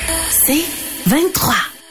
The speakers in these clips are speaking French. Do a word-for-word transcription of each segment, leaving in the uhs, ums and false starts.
C'est vingt-trois.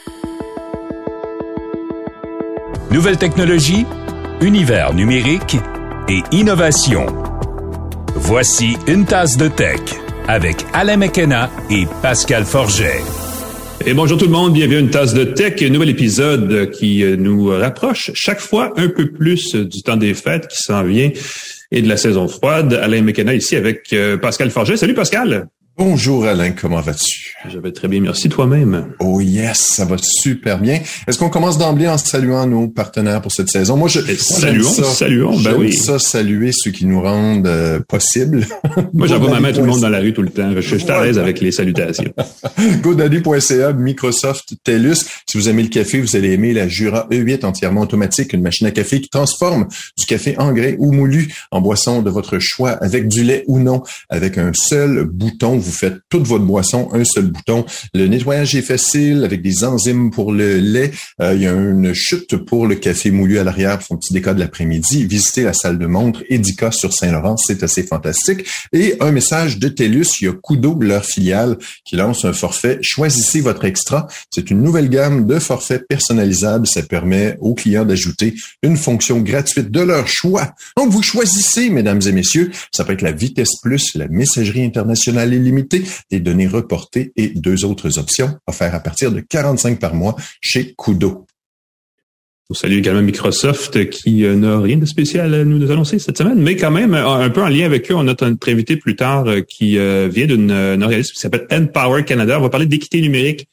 Nouvelles technologies, univers numérique et innovation. Voici une tasse de tech avec Alain McKenna et Pascal Forget. Et bonjour tout le monde, bienvenue à une tasse de tech, un nouvel épisode qui nous rapproche chaque fois un peu plus du temps des fêtes qui s'en vient et de la saison froide. Alain McKenna ici avec Pascal Forget. Salut Pascal! Bonjour Alain, comment vas-tu? Je vais très bien, merci toi-même. Oh yes, ça va super bien. Est-ce qu'on commence d'emblée en saluant nos partenaires pour cette saison? Moi, je saluons, ça, saluons, ben oui. ça saluer ceux qui nous rendent euh, possible. Moi, j'envoie ma main à tout le monde dans la rue tout le temps. Je, je suis à l'aise avec les salutations. GoDaddy point c a, Microsoft, TELUS. Si vous aimez le café, vous allez aimer la Jura E huit entièrement automatique, une machine à café qui transforme du café en grès ou moulu en boisson de votre choix avec du lait ou non, avec un seul bouton. Vous faites toute votre boisson, un seul bouton. Le nettoyage est facile avec des enzymes pour le lait. Euh, il y a une chute pour le café moulu à l'arrière pour son petit déca de l'après-midi. Visitez la salle de montre Edika sur Saint-Laurent, c'est assez fantastique. Et un message de TELUS, il y a Kudo, leur filiale, qui lance un forfait. Choisissez votre extra. C'est une nouvelle gamme de forfaits personnalisables. Ça permet aux clients d'ajouter une fonction gratuite de leur choix. Donc, vous choisissez, mesdames et messieurs. Ça peut être la vitesse plus, la messagerie internationale illimitée, des données reportées et deux autres options offertes à partir de quarante-cinq par mois chez Kudo. On salue également Microsoft qui euh, n'a rien de spécial à nous annoncer cette semaine, mais quand même un peu en lien avec eux, on a notre invité plus tard euh, qui euh, vient d'une euh, organisme qui s'appelle Empower Canada. On va parler d'équité numérique.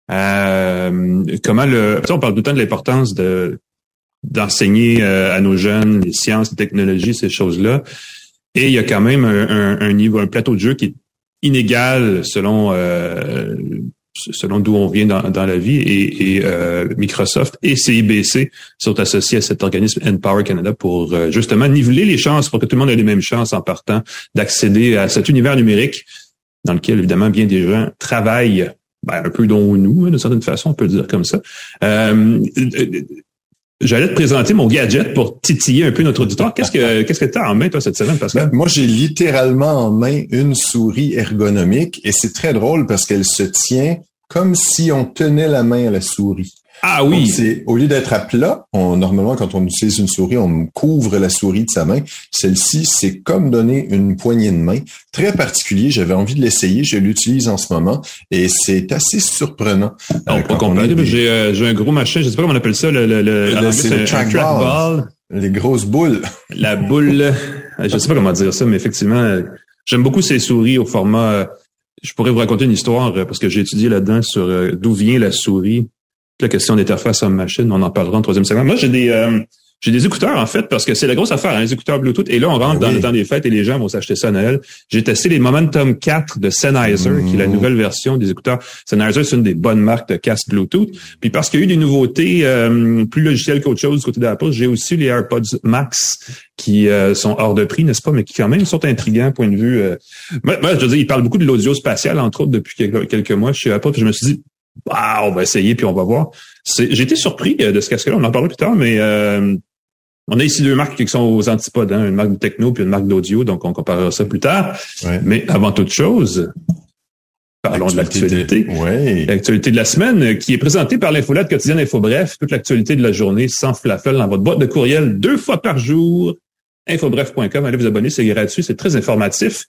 Euh, comment le, on parle tout le temps de l'importance de d'enseigner euh, à nos jeunes les sciences, les technologies, ces choses-là. Et il y a quand même un, un, un niveau, un plateau de jeu qui est inégal selon euh, selon d'où on vient dans, dans la vie et, et euh, Microsoft et C I B C sont associés à cet organisme Empower Canada pour euh, justement niveler les chances pour que tout le monde ait les mêmes chances en partant d'accéder à cet univers numérique dans lequel évidemment bien des gens travaillent ben, un peu dont nous, hein, d'une certaine façon, on peut le dire comme ça. Euh, J'allais te présenter mon gadget pour titiller un peu notre auditoire. Qu'est-ce que qu'est-ce que tu as en main, toi, cette semaine, Pascal? Ben, moi, j'ai littéralement en main une souris ergonomique et c'est très drôle parce qu'elle se tient comme si on tenait la main à la souris. Ah oui! Donc, c'est, au lieu d'être à plat, on, normalement, quand on utilise une souris, on couvre la souris de sa main. Celle-ci, c'est comme donner une poignée de main. Très particulier. J'avais envie de l'essayer. Je l'utilise en ce moment et c'est assez surprenant. Non, euh, pas complet. Des... J'ai, euh, j'ai un gros machin. Je sais pas comment on appelle ça. Le, le, le, le, c'est le trackball. Les grosses boules. La boule. Je sais pas comment dire ça, mais effectivement, j'aime beaucoup ces souris au format. Je pourrais vous raconter une histoire parce que j'ai étudié là-dedans sur d'où vient la souris. La question d'interface homme-machine, on en parlera en troisième segment. Moi, j'ai des euh, j'ai des écouteurs, en fait, parce que c'est la grosse affaire, hein, les écouteurs Bluetooth. Et là, on rentre oui. dans le temps des fêtes et les gens vont s'acheter ça à Noël. J'ai testé les Momentum quatre de Sennheiser, mmh. qui est la nouvelle version des écouteurs. Sennheiser, c'est une des bonnes marques de casque Bluetooth. Puis parce qu'il y a eu des nouveautés euh, plus logicielles qu'autre chose du côté d'Apple, j'ai aussi les AirPods Max qui euh, sont hors de prix, n'est-ce pas, mais qui quand même sont intriguants, point de vue... Euh... Moi, moi, je veux dire, ils parlent beaucoup de l'audio spatial, entre autres, depuis quelques, quelques mois chez Apple. Puis je me suis dit, bah, on va essayer puis on va voir. C'est, j'ai été surpris de ce casque-là, on en parlera plus tard, mais euh, on a ici deux marques qui sont aux antipodes, hein, une marque de techno puis une marque d'audio, donc on comparera ça plus tard. Ouais. Mais avant toute chose, parlons l'actualité. de l'actualité. Ouais. L'actualité de la semaine qui est présentée par l'infolette quotidienne InfoBref, toute l'actualité de la journée sans flafel dans votre boîte de courriel deux fois par jour. infobref point com, allez vous abonner, c'est gratuit, c'est très informatif.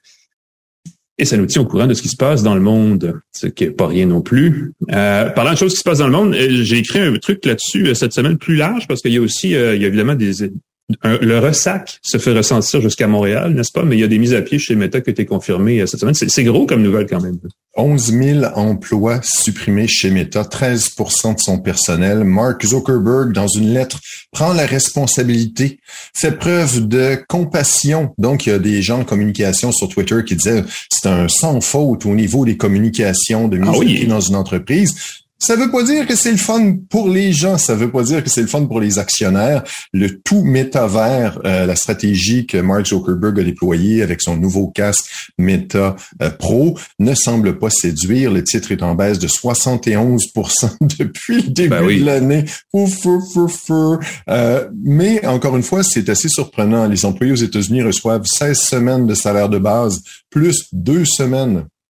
Et ça nous tient au courant de ce qui se passe dans le monde, ce qui n'est pas rien non plus. Euh, parlant de choses qui se passent dans le monde, j'ai écrit un truc là-dessus cette semaine plus large parce qu'il y a aussi, euh, il y a évidemment des... Un, le ressac se fait ressentir jusqu'à Montréal, n'est-ce pas? Mais il y a des mises à pied chez Meta qui ont été confirmées cette semaine. C'est, c'est gros comme nouvelle quand même. onze mille emplois supprimés chez Meta, treize pour cent de son personnel. Mark Zuckerberg, dans une lettre, prend la responsabilité, fait preuve de compassion. Donc, il y a des gens de communication sur Twitter qui disaient c'est un sans faute au niveau des communications de mise ah oui. à pied dans une entreprise. Ça veut pas dire que c'est le fun pour les gens, ça veut pas dire que c'est le fun pour les actionnaires. Le tout métavers, euh, la stratégie que Mark Zuckerberg a déployée avec son nouveau casque Meta euh, Pro ne semble pas séduire. Le titre est en baisse de soixante et onze pour cent depuis le début ben oui. de l'année. Ouf, ouf, ouf, ouf. Euh, mais encore une fois, c'est assez surprenant. Les employés aux États-Unis reçoivent seize semaines de salaire de base plus deux semaines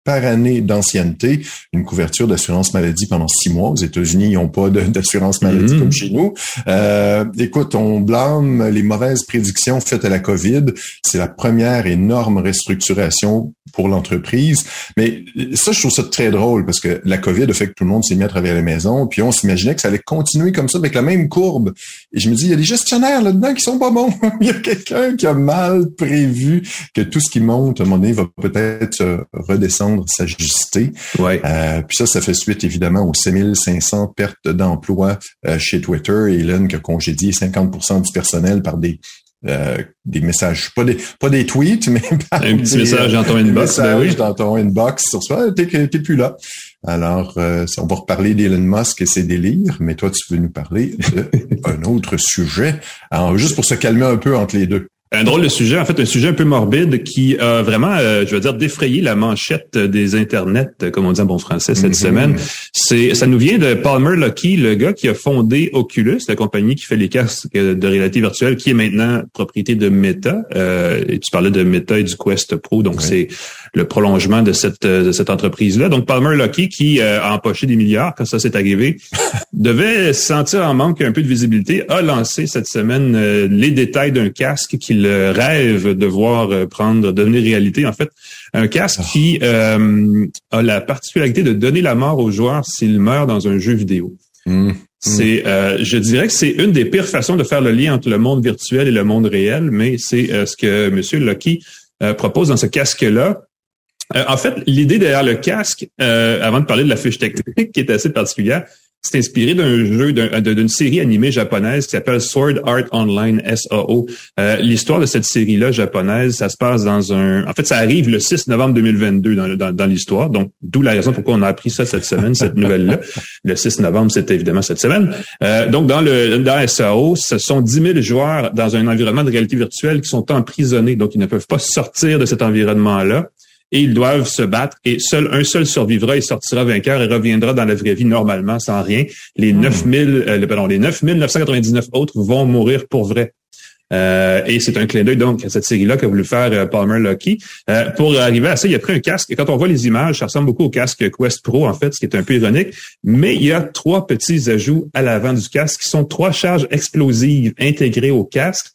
par année d'ancienneté, une couverture d'assurance maladie pendant six mois. Aux États-Unis, ils n'ont pas de, d'assurance maladie mmh. comme chez nous. Euh, écoute, on blâme les mauvaises prédictions faites à la COVID. C'est la première énorme restructuration pour l'entreprise. Mais ça, je trouve ça très drôle parce que la COVID a fait que tout le monde s'est mis à travailler à la maison, puis on s'imaginait que ça allait continuer comme ça avec la même courbe. Et je me dis, il y a des gestionnaires là-dedans qui sont pas bons. Il y a quelqu'un qui a mal prévu que tout ce qui monte, à un moment donné, va peut-être euh, redescendre, s'ajuster. Ouais. Euh, puis ça, ça fait suite évidemment aux sept mille cinq cents pertes d'emplois euh, chez Twitter. Et Elon qui a congédié cinquante pour cent du personnel par des Euh, des messages, pas des pas des tweets, mais par un petit des, message dans ton inbox, ben oui. dans ton inbox sur ça, t'es, t'es plus là. Alors, euh, on va reparler d'Elon Musk et ses délires, mais toi, tu veux nous parler d'un autre sujet. Alors, juste pour se calmer un peu entre les deux. Un drôle de sujet, en fait, un sujet un peu morbide qui a vraiment, euh, je veux dire, défrayé la manchette des internets, comme on dit en bon français cette mm-hmm. semaine. C'est, ça nous vient de Palmer Luckey, le gars qui a fondé Oculus, la compagnie qui fait les casques de réalité virtuelle, qui est maintenant propriété de Meta. Euh, et tu parlais de Meta et du Quest Pro, donc oui. c'est le prolongement de cette de cette entreprise-là. Donc Palmer Luckey, qui euh, a empoché des milliards quand ça s'est arrivé, devait sentir en manque un peu de visibilité, a lancé cette semaine euh, les détails d'un casque qu'il rêve de voir euh, prendre, devenir réalité. En fait, un casque oh. qui euh, a la particularité de donner la mort aux joueurs s'ils meurent dans un jeu vidéo. Mmh. C'est, euh, je dirais que c'est une des pires façons de faire le lien entre le monde virtuel et le monde réel, mais c'est euh, ce que M. Luckey euh, propose dans ce casque-là. Euh, en fait, l'idée derrière le casque, euh, avant de parler de la fiche technique qui est assez particulière, c'est inspiré d'un jeu, d'un, d'une série animée japonaise qui s'appelle Sword Art Online, S A O. Euh, l'histoire de cette série-là japonaise, ça se passe dans un... En fait, ça arrive le six novembre deux mille vingt-deux dans, dans, dans l'histoire, donc d'où la raison pourquoi on a appris ça cette semaine, cette nouvelle-là. Le six novembre, c'était évidemment cette semaine. Euh, donc, dans le dans S A O, ce sont dix mille joueurs dans un environnement de réalité virtuelle qui sont emprisonnés, donc ils ne peuvent pas sortir de cet environnement-là. Et ils doivent se battre et seul un seul survivra et sortira vainqueur et reviendra dans la vraie vie normalement sans rien. Les mmh. neuf mille, euh, pardon, les neuf mille neuf cent quatre-vingt-dix-neuf autres vont mourir pour vrai. Euh, et c'est un clin d'œil donc à cette série-là qu'a voulu faire euh, Palmer Luckey. Euh, pour arriver à ça, il a pris un casque. Et quand on voit les images, ça ressemble beaucoup au casque Quest Pro en fait, ce qui est un peu ironique. Mais il y a trois petits ajouts à l'avant du casque qui sont trois charges explosives intégrées au casque,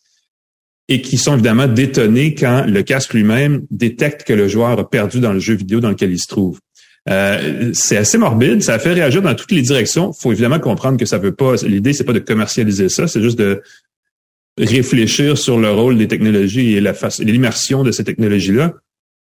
et qui sont évidemment détonés quand le casque lui-même détecte que le joueur a perdu dans le jeu vidéo dans lequel il se trouve. Euh, c'est assez morbide, ça a fait réagir dans toutes les directions. Il faut évidemment comprendre que ça veut pas, l'idée c'est pas de commercialiser ça, c'est juste de réfléchir sur le rôle des technologies et la face, l'immersion de ces technologies-là.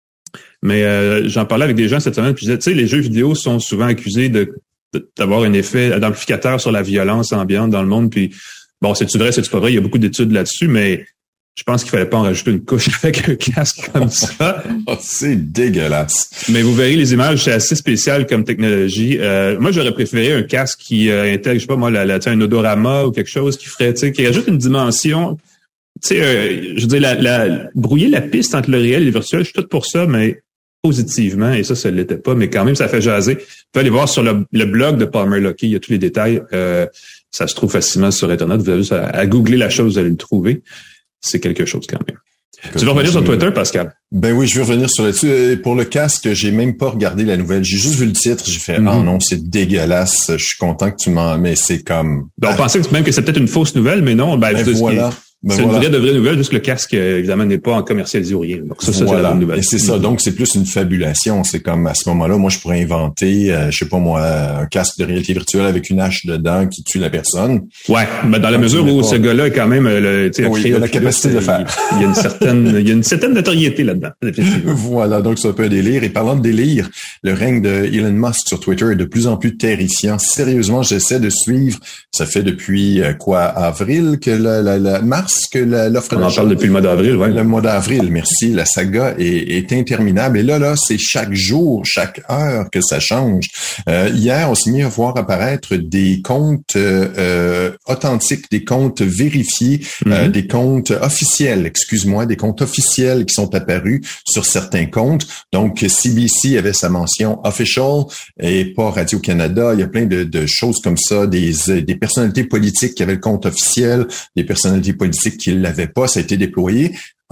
Mais euh, j'en parlais avec des gens cette semaine, puis je disais, tu sais, les jeux vidéo sont souvent accusés de, de d'avoir un effet d'amplificateur sur la violence ambiante dans le monde. Puis bon, c'est-tu vrai, c'est-tu pas vrai, il y a beaucoup d'études là-dessus, mais je pense qu'il fallait pas en rajouter une couche avec un casque comme ça. Oh, c'est dégueulasse. Mais vous verrez les images, c'est assez spécial comme technologie. Euh, moi, j'aurais préféré un casque qui euh, intègre, je sais pas moi, la, la, un odorama ou quelque chose qui ferait, tu sais, qui ajoute une dimension. Tu sais, euh, je veux dire, la, la, brouiller la piste entre le réel et le virtuel, je suis tout pour ça, mais positivement, et ça, ça ne l'était pas, mais quand même, ça fait jaser. Vous pouvez aller voir sur le, le blog de Palmer Luckey, il y a tous les détails. Euh, ça se trouve facilement sur Internet. Vous avez juste à, à googler la chose, vous allez le trouver. C'est quelque chose quand même. Que tu veux revenir sur Twitter, Pascal? Ben oui, je veux revenir sur là-dessus. Pour le casque, j'ai même pas regardé la nouvelle. J'ai juste vu le titre. J'ai fait, mm-hmm. oh non, c'est dégueulasse. Je suis content que tu m'en... Mais c'est comme... Ben, on pensait même que c'était peut-être une fausse nouvelle, mais non. Ben, ben voilà. Ben c'est voilà. une vraie de vraie nouvelle, juste que le casque, évidemment, n'est pas en commercialisé ou rien. Donc ça, ça voilà. c'est la bonne nouvelle. Et c'est ça, donc c'est plus une fabulation. C'est comme à ce moment-là, moi, je pourrais inventer, euh, je sais pas moi, un casque de réalité virtuelle avec une hache dedans qui tue la personne. Ouais, mais dans la mesure où pas... ce gars-là est quand même le, tu sais, oui, il a la capacité de le faire. Il y a une certaine, il y a une certaine notoriété là-dedans. Voilà, donc c'est un peu un délire. Et parlant de délire, le règne de Elon Musk sur Twitter est de plus en plus terrifiant. Sérieusement, j'essaie de suivre. Ça fait depuis euh, quoi, avril que la, la, la mars que la, l'offre. On en parle depuis le mois d'avril, ouais. Le mois d'avril, merci. La saga est, est interminable. Et là, là, c'est chaque jour, chaque heure que ça change. Euh, hier, on s'est mis à voir apparaître des comptes euh, authentiques, des comptes vérifiés, mm-hmm. euh, des comptes officiels, excuse-moi, des comptes officiels qui sont apparus sur certains comptes. Donc, C B C avait sa mention official et pas Radio-Canada. Il y a plein de, de choses comme ça, des, des personnalités politiques qui avaient le compte officiel, des personnalités politiques qui l'avaient pas, ça a été déployé.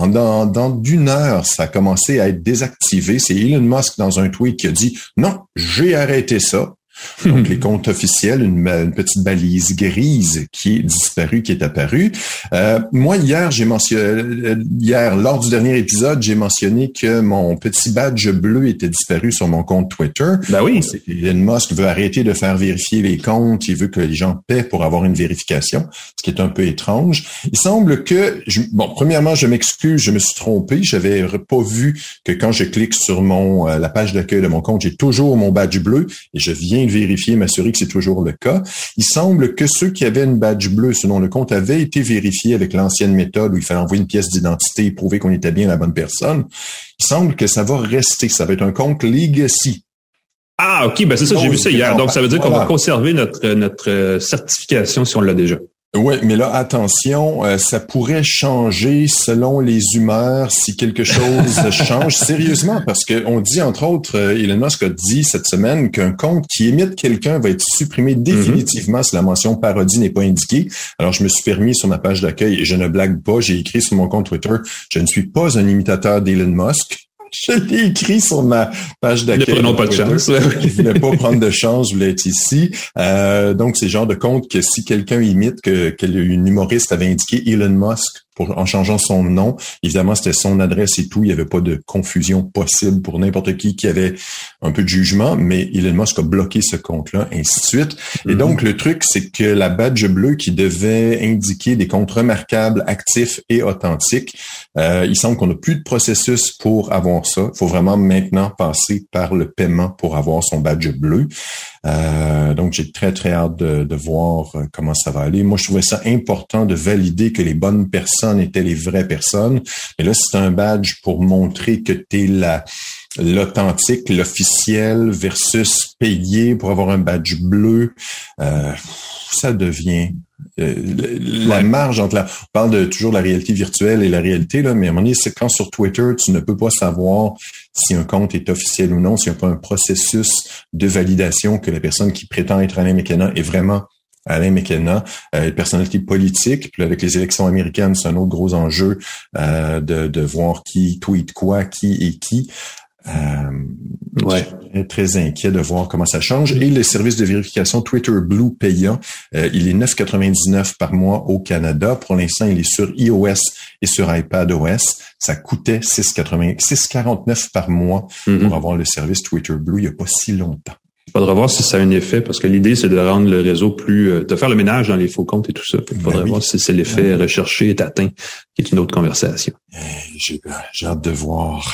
En dans, dans d'une heure, ça a commencé à être désactivé. C'est Elon Musk dans un tweet qui a dit « Non, j'ai arrêté ça ». Donc, les comptes officiels, une, une petite balise grise qui est disparue, qui est apparue. Euh, moi, hier, j'ai mentionné, hier, lors du dernier épisode, j'ai mentionné que mon petit badge bleu était disparu sur mon compte Twitter. Ben oui. Elon Musk veut arrêter de faire vérifier les comptes. Il veut que les gens paient pour avoir une vérification, ce qui est un peu étrange. Il semble que, je, bon, premièrement, je m'excuse, je me suis trompé. J'avais pas vu que quand je clique sur mon euh, la page d'accueil de mon compte, j'ai toujours mon badge bleu et je viens de vérifier, m'assurer que c'est toujours le cas. Il semble que ceux qui avaient une badge bleue selon le compte avaient été vérifiés avec l'ancienne méthode où il fallait envoyer une pièce d'identité et prouver qu'on était bien la bonne personne. Il semble que ça va rester. Ça va être un compte Legacy. Ah, OK, ben c'est ça, Donc, j'ai vu ça hier. Donc, ça veut dire voilà. qu'on va conserver notre notre certification si on l'a déjà. Oui, mais là, attention, euh, ça pourrait changer selon les humeurs si quelque chose change sérieusement, parce que on dit, entre autres, euh, Elon Musk a dit cette semaine qu'un compte qui imite quelqu'un va être supprimé définitivement mm-hmm. si la mention parodie n'est pas indiquée. Alors, je me suis permis sur ma page d'accueil, et je ne blague pas, j'ai écrit sur mon compte Twitter, je ne suis pas un imitateur d'Elon Musk. Je l'ai écrit sur ma page d'accueil. Ne prenons pas de chance. Je voulais pas prendre de chance, je voulais être ici. Euh, donc, c'est le genre de compte que si quelqu'un imite que, que une humoriste avait indiqué Elon Musk pour, en changeant son nom, évidemment, c'était son adresse et tout. Il n'y avait pas de confusion possible pour n'importe qui qui avait un peu de jugement, mais Elon Musk a bloqué ce compte-là, ainsi de suite. Et mm-hmm. donc, le truc, c'est que la badge bleue qui devait indiquer des comptes remarquables, actifs et authentiques, euh, il semble qu'on n'a plus de processus pour avoir ça. Il faut vraiment maintenant passer par le paiement pour avoir son badge bleu. Euh, donc, j'ai très, très hâte de, de voir comment ça va aller. Moi, je trouvais ça important de valider que les bonnes personnes étaient les vraies personnes. Mais là, c'est un badge pour montrer que tu es la l'authentique, l'officiel versus payé pour avoir un badge bleu. Euh, ça devient... Euh, la ouais. marge entre la... On parle de toujours de la réalité virtuelle et la réalité, là, mais à un moment donné, c'est quand sur Twitter, tu ne peux pas savoir si un compte est officiel ou non, s'il n'y a pas un processus de validation que la personne qui prétend être Alain McKenna est vraiment Alain McKenna, euh, personnalité politique. Puis avec les élections américaines, c'est un autre gros enjeu euh, de, de voir qui tweet quoi, qui et qui. Euh, ouais. Je suis très inquiet de voir comment ça change. Et le service de vérification Twitter Blue payant, euh, il est neuf quatre-vingt-dix-neuf par mois au Canada. Pour l'instant, il est sur iOS et sur iPadOS. Ça coûtait six quarante-neuf par mois mm-hmm. pour avoir le service Twitter Blue il n'y a pas si longtemps. Il faudra voir si ça a un effet, parce que l'idée, c'est de rendre le réseau plus... Euh, de faire le ménage dans les faux comptes et tout ça. Il faudra ben oui. voir si c'est l'effet ben oui. recherché est atteint, qui est une autre conversation. J'ai, j'ai hâte de voir...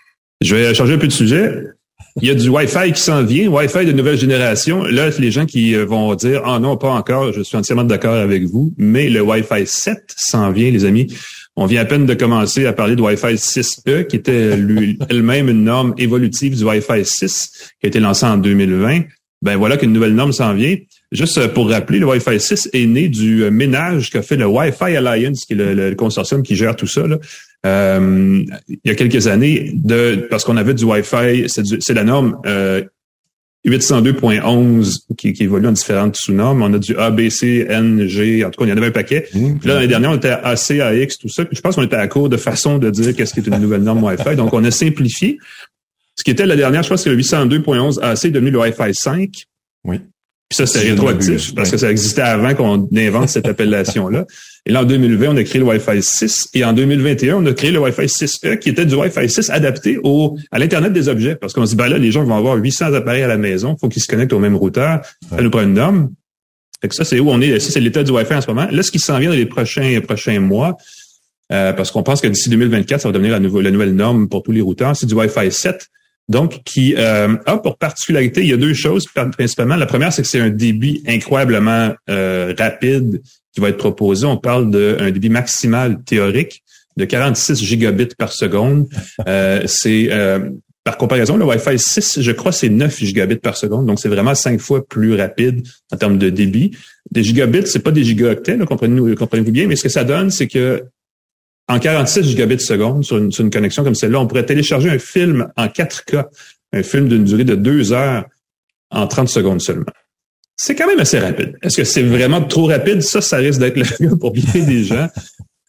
Je vais changer un peu de sujet. Il y a du Wi-Fi qui s'en vient, Wi-Fi de nouvelle génération. Là, les gens qui vont dire « Ah non, pas encore, je suis entièrement d'accord avec vous », mais le Wi-Fi sept s'en vient, les amis. On vient à peine de commencer à parler de Wi-Fi six E, qui était lui, elle-même une norme évolutive du Wi-Fi six, qui a été lancée en deux mille vingt. Ben voilà qu'une nouvelle norme s'en vient. Juste pour rappeler, le Wi-Fi six est né du ménage qu'a fait le Wi-Fi Alliance, qui est le, le consortium qui gère tout ça, là. Euh, il y a quelques années, de parce qu'on avait du Wi-Fi, c'est, du, c'est la norme euh, huit cent deux point onze qui, qui évolue en différentes sous-normes. On a du A, B, C, N, G, en tout cas, il y en avait un paquet. Mmh. Puis là, l'année dernière, on était à A, C, A, X, tout ça. Puis je pense qu'on était à court de façon de dire qu'est-ce qui est une nouvelle norme Wi-Fi. Donc, on a simplifié. Ce qui était la dernière, je pense que le huit cent deux point onze A C est devenu le Wi-Fi cinq. Oui. Puis ça, c'était rétroactif parce que ça existait avant qu'on invente cette appellation-là. Et là, en deux mille vingt, on a créé le Wi-Fi six. Et en deux mille vingt et un, on a créé le Wi-Fi six E, qui était du Wi-Fi six adapté au à l'Internet des objets. Parce qu'on se dit, ben là, les gens vont avoir huit cents appareils à la maison. Il faut qu'ils se connectent au même routeur. Ça nous prend une norme. Fait que ça, c'est où on est. Ça, c'est l'état du Wi-Fi en ce moment. Là, ce qui s'en vient dans les prochains prochains mois, euh, parce qu'on pense que d'ici deux mille vingt-quatre, ça va devenir la, nouveau, la nouvelle norme pour tous les routeurs, c'est du Wi-Fi sept. Donc, qui euh, a pour particularité, il y a deux choses principalement. La première, c'est que c'est un débit incroyablement euh, rapide qui va être proposé. On parle d'un débit maximal théorique de quarante-six gigabits par seconde. Euh, c'est euh, par comparaison, le Wi-Fi six, je crois, c'est neuf gigabits par seconde. Donc, c'est vraiment cinq fois plus rapide en termes de débit. Des gigabits, c'est pas des gigaoctets, là, comprenez-vous, comprenez-vous bien, mais ce que ça donne, c'est que en quarante-six gigabits seconde sur une, sur une connexion comme celle-là, on pourrait télécharger un film en quatre K, un film d'une durée de deux heures en trente secondes seulement. C'est quand même assez rapide. Est-ce que c'est vraiment trop rapide? Ça, ça risque d'être le cas pour bien des gens.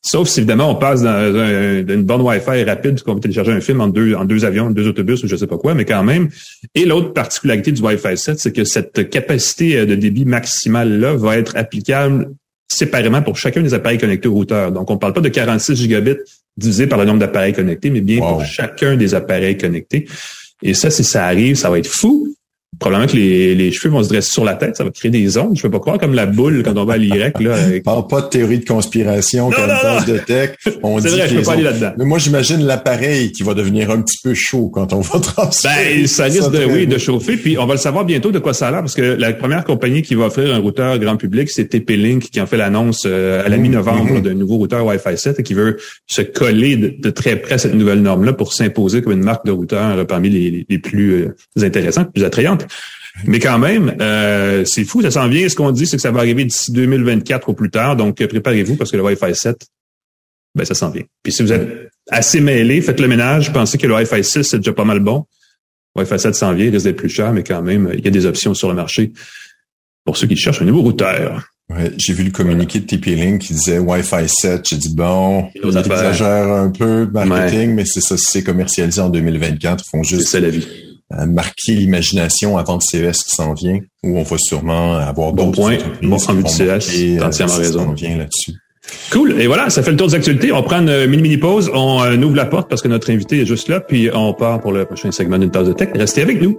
Sauf si, évidemment, on passe dans un, une borne Wi-Fi rapide, qu'on peut télécharger un film en deux, en deux avions, deux autobus ou je sais pas quoi, mais quand même. Et l'autre particularité du Wi-Fi sept, c'est que cette capacité de débit maximale-là va être applicable séparément pour chacun des appareils connectés au routeur. Donc, on parle pas de quarante-six gigabits divisé par le nombre d'appareils connectés, mais bien wow. pour chacun des appareils connectés. Et ça, si ça arrive, ça va être fou. Probablement que les, les cheveux vont se dresser sur la tête, ça va créer des ondes. Je peux pas croire comme la boule quand on va à l'I R E C. Là, avec... Parle pas de théorie de conspiration comme tasse de tech. On c'est dit vrai, je peux pas ondes... aller là-dedans. Mais moi, j'imagine l'appareil qui va devenir un petit peu chaud quand on va transférer. Ben, ça risque de, oui, de chauffer. Puis on va le savoir bientôt de quoi ça a l'air, parce que la première compagnie qui va offrir un routeur grand public, c'est T P-Link qui en fait l'annonce euh, à la mi-novembre mmh. d'un nouveau routeur Wi-Fi sept et qui veut se coller de, de très près à cette nouvelle norme-là pour s'imposer comme une marque de routeur parmi les, les plus euh, intéressantes, plus attrayantes. Mais quand même, euh, c'est fou, ça s'en vient. Ce qu'on dit, c'est que ça va arriver d'ici deux mille vingt-quatre au plus tard. Donc, préparez-vous parce que le Wi-Fi sept, ben ça s'en vient. Puis si vous êtes assez mêlé, faites le ménage. Pensez que le Wi-Fi six, c'est déjà pas mal bon. Le Wi-Fi sept s'en vient, il risque d'être plus cher, mais quand même, il y a des options sur le marché pour ceux qui cherchent un nouveau routeur. Ouais, j'ai vu le communiqué de T P-Link qui disait Wi-Fi sept. J'ai dit, bon, ils exagèrent un peu de marketing, ouais. mais c'est ça, c'est commercialisé en deux mille vingt-quatre. Ils font juste... C'est ça la vie. marquer l'imagination avant le C E S qui s'en vient, où on va sûrement avoir bon d'autres point, bon point du C E S, t'as entièrement raison. On vient là-dessus. Cool. Et voilà, ça fait le tour des actualités. On prend une mini-mini pause, on euh, ouvre la porte parce que notre invité est juste là, puis on part pour le prochain segment d'une tasse de tech. Restez avec nous.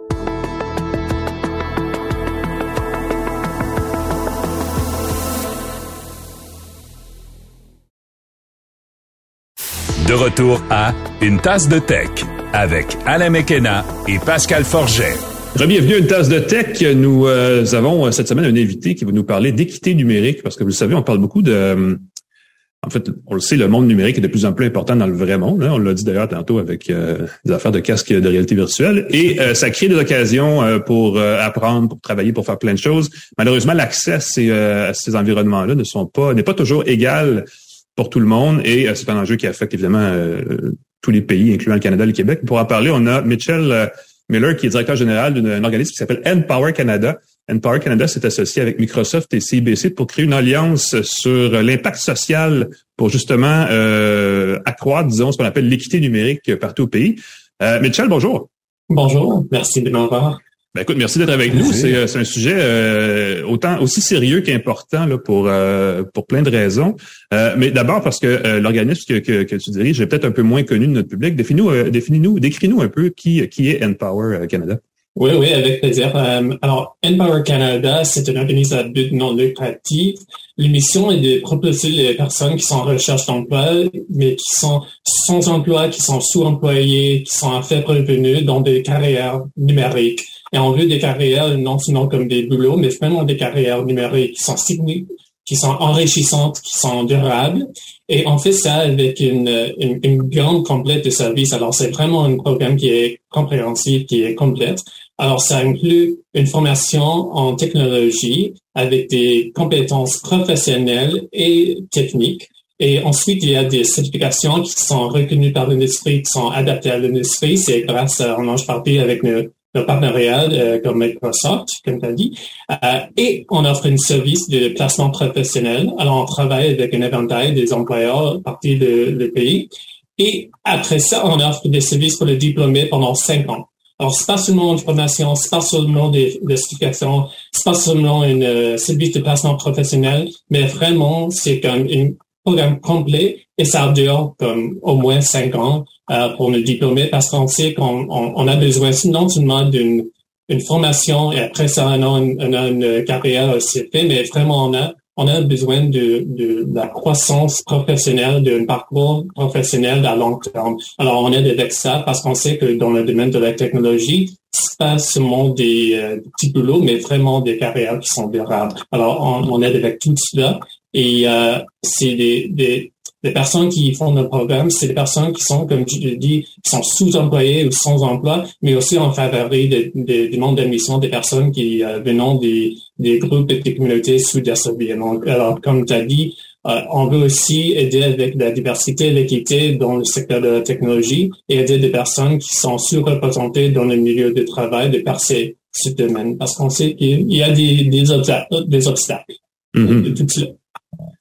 De retour à Une tasse de tech avec Alain McKenna et Pascal Forget. Bienvenue à Une tasse de tech. Nous euh, avons cette semaine un invité qui va nous parler d'équité numérique parce que vous le savez, on parle beaucoup de... Euh, en fait, on le sait, le monde numérique est de plus en plus important dans le vrai monde. Hein. On l'a dit d'ailleurs tantôt avec euh, des affaires de casques de réalité virtuelle. Et euh, ça crée des occasions euh, pour euh, apprendre, pour travailler, pour faire plein de choses. Malheureusement, l'accès à ces, euh, à ces environnements-là ne sont pas, n'est pas toujours égal pour tout le monde. Et euh, c'est un enjeu qui affecte évidemment euh, tous les pays, incluant le Canada et le Québec. Pour en parler, on a Mitchell euh, Miller, qui est directeur général d'un organisme qui s'appelle nPower Canada. nPower Canada s'est associé avec Microsoft et C I B C pour créer une alliance sur l'impact social pour justement euh, accroître, disons, ce qu'on appelle l'équité numérique partout au pays. Euh, Mitchell, bonjour. Bonjour, merci de m'avoir. Ben écoute, merci d'être avec nous. C'est, c'est un sujet euh, autant aussi sérieux qu'important là pour euh, pour plein de raisons. Euh, mais d'abord parce que euh, l'organisme que, que, que tu diriges est peut-être un peu moins connu de notre public. Définis-nous, euh, définis-nous, décris-nous un peu qui qui est nPower Canada. Oui, oui, avec plaisir. Euh, alors, nPower Canada, c'est un organisme à but non lucratif. L'émission est de propulser les personnes qui sont en recherche d'emploi, mais qui sont sans emploi, qui sont sous-employés, qui sont à faible revenu dans des carrières numériques. Et on veut des carrières non seulement comme des boulots, mais vraiment des carrières numériques qui sont signifiantes, qui sont enrichissantes, qui sont durables. Et on fait ça avec une, une, une grande complète de services. Alors, c'est vraiment un programme qui est compréhensif, qui est complète. Alors, ça inclut une formation en technologie avec des compétences professionnelles et techniques. Et ensuite, il y a des certifications qui sont reconnues par l'industrie, qui sont adaptées à l'industrie. C'est grâce à, en large partie avec nos, nos partenariats euh, comme Microsoft, comme tu as dit. Euh, et on offre un service de placement professionnel. Alors, on travaille avec un éventail des employeurs partis de, de pays. Et après ça, on offre des services pour les diplômés pendant cinq ans. Alors, c'est pas seulement une formation, c'est pas seulement des, des certifications, c'est pas seulement un euh, service de placement professionnel, mais vraiment, c'est comme un programme complet et ça dure comme au moins cinq ans euh, pour nos diplômés parce qu'on sait qu'on on, on a besoin non seulement d'une une formation et après ça, on a une, on a une carrière aussi faite, mais vraiment, on a on a besoin de, de, de la croissance professionnelle, d'un parcours professionnel à long terme. Alors, on aide avec ça parce qu'on sait que dans le domaine de la technologie, c'est pas seulement des, euh, des petits boulots, mais vraiment des carrières qui sont durables. Alors, on, on aide avec tout cela. Et euh, c'est des, des, des personnes qui font nos programmes, c'est des personnes qui sont, comme tu le dis, qui sont sous-employées ou sans emploi, mais aussi en faveur de, de, du monde d'admission des personnes qui euh, venant des des groupes et des communautés sous-desservies. Donc, alors, comme tu as dit, euh, on veut aussi aider avec la diversité et l'équité dans le secteur de la technologie et aider des personnes qui sont sous-représentées dans le milieu de travail de percer ce domaine. Parce qu'on sait qu'il y a des, des, obstacles, des obstacles mm-hmm. de tout cela.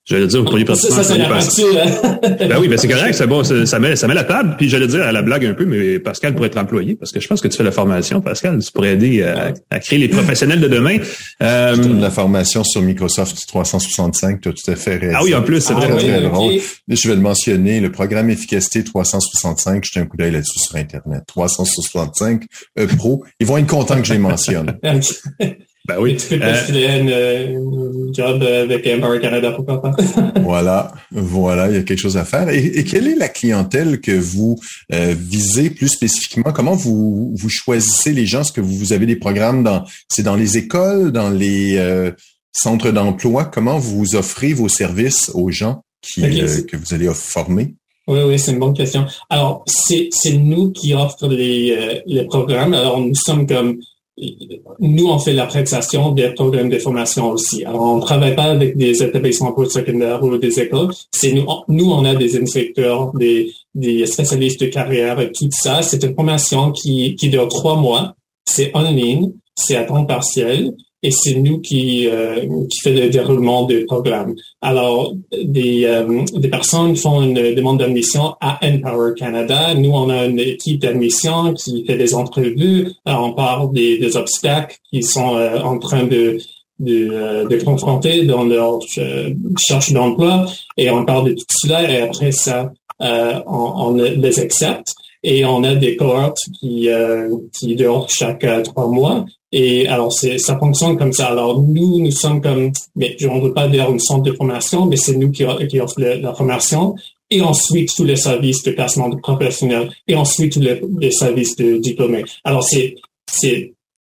J'allais dire, vous pourriez pratiquement... Ça, ça, c'est la facture. Ben oui, ben c'est correct, c'est bon, ça, ça met, ça met la table. Puis j'allais dire à la blague un peu, mais Pascal pourrait être employé, parce que je pense que tu fais la formation, Pascal. Tu pourrais aider à, à créer les professionnels de demain. Euh, de la formation sur Microsoft trois cent soixante-cinq, tu as tout à fait raison. Ah oui, en plus, c'est ah, très, oui, très okay. drôle. Je vais le mentionner, le programme Efficacité trois cent soixante-cinq, jetez un coup d'œil là-dessus sur Internet. trois cent soixante-cinq E Pro. Ils vont être contents que je les mentionne. Ben oui. Et tu peux postuler euh, une, une job avec Empower Canada, pourquoi pas? Voilà, voilà, il y a quelque chose à faire. Et, et quelle est la clientèle que vous euh, visez plus spécifiquement? Comment vous vous choisissez les gens? Est-ce que vous, vous avez des programmes dans, c'est dans les écoles, dans les euh, centres d'emploi? Comment vous offrez vos services aux gens qui okay. euh, que vous allez former? Oui, oui, c'est une bonne question. Alors, c'est c'est nous qui offrons les euh, les programmes. Alors, nous sommes comme Nous, on fait la prestation des programmes de formation aussi. Alors, on ne travaille pas avec des établissements postsecondaires ou des écoles. C'est nous, on, nous, on a des instructeurs, des, des spécialistes de carrière et tout ça. C'est une formation qui, qui dure trois mois. C'est en ligne, c'est à temps partiel. Et c'est nous qui euh, qui fait le déroulement du programme. Alors, des euh, des personnes font une demande d'admission à Empower Canada. Nous, on a une équipe d'admission qui fait des entrevues. Alors, on parle des, des obstacles qu'ils sont euh, en train de de, euh, de confronter dans leur euh, recherche d'emploi. Et on parle de tout cela. Et après ça, euh, on, on les accepte. Et on a des cohortes qui euh, qui durent chaque euh, trois mois. Et alors, c'est, ça fonctionne comme ça. Alors, nous, nous sommes comme, mais on ne veut pas dire une centre de formation, mais c'est nous qui, qui offre le, la formation. Et ensuite, tous les services de placement de professionnels. Et ensuite, tous les, les services de diplômés. Alors, c'est, c'est,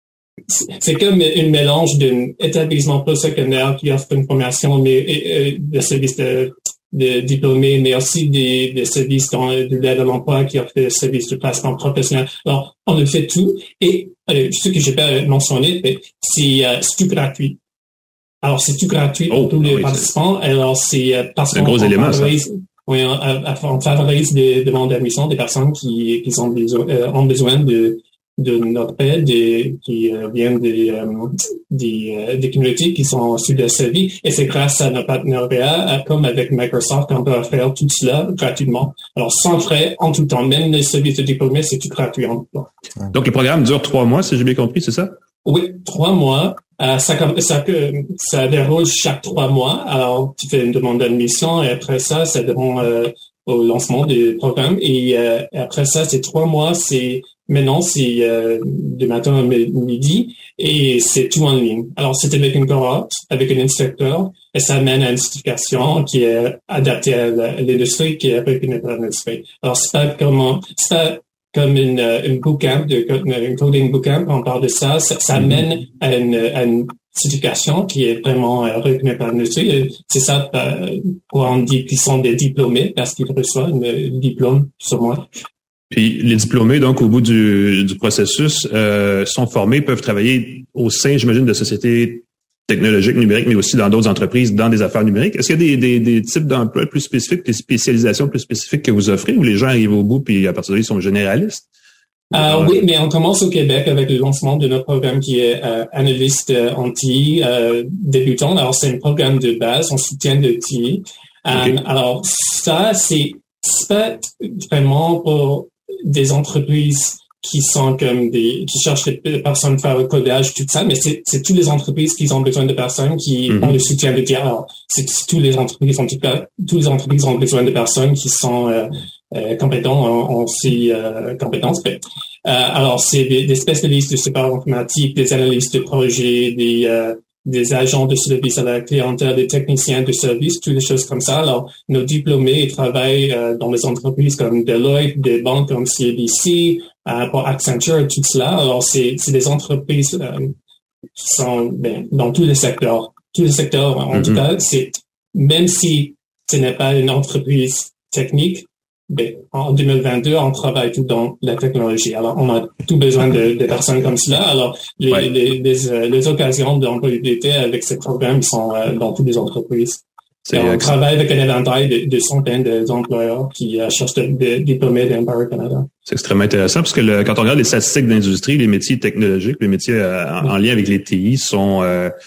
c'est comme un mélange d'un établissement postsecondaire qui offre une formation, mais et, et, des services de, de diplômés, mais aussi des, des services dans, de l'aide à l'emploi qui offrent des services de placement professionnel. Alors, on le fait tout. Et euh, ce que j'ai pas mentionné, c'est, euh, c'est tout gratuit. Alors, c'est tout gratuit pour oh, tous les oui, participants. C'est... Alors, c'est euh, parce qu'on favorise, oui, on, on favorise des demandes d'admission des personnes qui, qui ont besoin, euh, ont besoin de de notre aide, des, qui euh, viennent des, euh, des, euh, des communautés qui sont sous le service. Et c'est grâce à notre partenariat, comme avec Microsoft, qu'on peut faire tout cela gratuitement. Alors, sans frais, en tout temps. Même les services de diplômés, c'est tout gratuit en tout temps. Donc, le programme dure trois mois, si j'ai bien compris, c'est ça? Oui, trois mois. Euh, ça, ça, ça déroule chaque trois mois. Alors, tu fais une demande d'admission et après ça, ça déroule euh, au lancement du programme. Et euh, après ça, c'est trois mois, c'est Maintenant, c'est euh, du matin à midi et c'est tout en ligne. Alors, c'est avec une cohorte, avec un instructeur, et ça mène à une certification qui est adaptée à l'industrie, qui est reconnue par l'industrie. Alors, c'est pas comme, c'est pas comme une, une bootcamp, de, une coding bootcamp, on parle de ça. Ça, ça mène à une, à une certification qui est vraiment euh, reconnue par l'industrie. C'est ça euh, pourquoi on dit qu'ils sont des diplômés, parce qu'ils reçoivent un diplôme sur moi. Puis les diplômés, donc, au bout du, du processus, euh, sont formés, peuvent travailler au sein, j'imagine, de sociétés technologiques numériques, mais aussi dans d'autres entreprises, dans des affaires numériques. Est-ce qu'il y a des, des, des types d'emplois plus spécifiques, des spécialisations plus spécifiques que vous offrez, ou les gens arrivent au bout puis à partir de là, ils sont généralistes? Euh, oui, mais on commence au Québec avec le lancement de notre programme qui est euh, analyste euh, en T I euh, débutant. Alors, c'est un programme de base, on soutient de T I. Euh, okay. Alors, ça, c'est, c'est pas vraiment pour des entreprises qui sont comme des, qui cherchent des personnes pour faire le codage, tout ça, mais c'est, c'est toutes les entreprises qui ont besoin de personnes qui mm-hmm. ont le soutien de T I. Alors, c'est, c'est toutes les entreprises, en tout cas, toutes les entreprises ont besoin de personnes qui sont euh, euh, compétents en, en ces euh, compétences. Mais, euh, alors, c'est des, des spécialistes de support informatique, des analystes de projet, des euh, des agents de service à la clientèle, des techniciens de service, toutes les choses comme ça. Alors, nos diplômés ils travaillent euh, dans des entreprises comme Deloitte, des banques comme C B C, euh, pour Accenture, tout cela. Alors, c'est, c'est des entreprises euh, qui sont ben, dans tous les secteurs. Tous les secteurs, en mm-hmm. tout cas, c'est même si ce n'est pas une entreprise technique, ben, en deux mille vingt-deux, on travaille tout dans la technologie. Alors, on a tout besoin de, de personnes comme cela. Alors, les, ouais. les, les, les occasions d'employabilité avec ces programmes sont euh, dans toutes les entreprises. C'est on travaille avec un éventail de, de centaines d'employeurs qui euh, cherchent des diplômés d'Empower Canada. C'est extrêmement intéressant parce que le, quand on regarde les statistiques d'industrie, les métiers technologiques, les métiers euh, en, en lien avec les T I sont... Euh,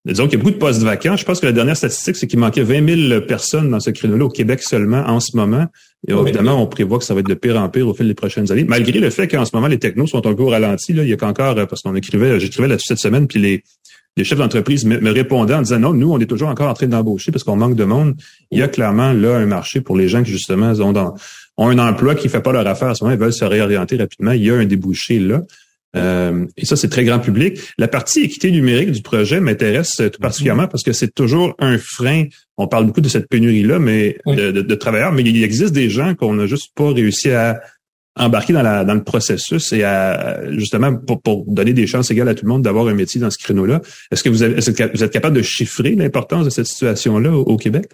disons qu'il y a beaucoup de postes vacants. Je pense que la dernière statistique, c'est qu'il manquait vingt mille personnes dans ce créneau-là au Québec seulement en ce moment. Et oui. Évidemment, on prévoit que ça va être de pire en pire au fil des prochaines années. Malgré le fait qu'en ce moment, les technos sont un peu au ralenti, là, il y a qu'encore, parce qu'on écrivait, j'écrivais là-dessus cette semaine, puis les, les chefs d'entreprise me, me répondaient en disant non, nous, on est toujours encore en train d'embaucher parce qu'on manque de monde. Il y a clairement là un marché pour les gens qui, justement, ont, dans, ont un emploi qui fait pas leur affaire à ce moment, ils veulent se réorienter rapidement. Il y a un débouché là. Euh, et ça, c'est très grand public. La partie équité numérique du projet m'intéresse tout particulièrement parce que c'est toujours un frein. On parle beaucoup de cette pénurie-là, mais oui. de, de, de travailleurs, mais il existe des gens qu'on n'a juste pas réussi à embarquer dans, la, dans le processus et à justement pour, pour donner des chances égales à tout le monde d'avoir un métier dans ce créneau-là. Est-ce que vous, avez, est-ce que vous êtes capable de chiffrer l'importance de cette situation-là au, au Québec?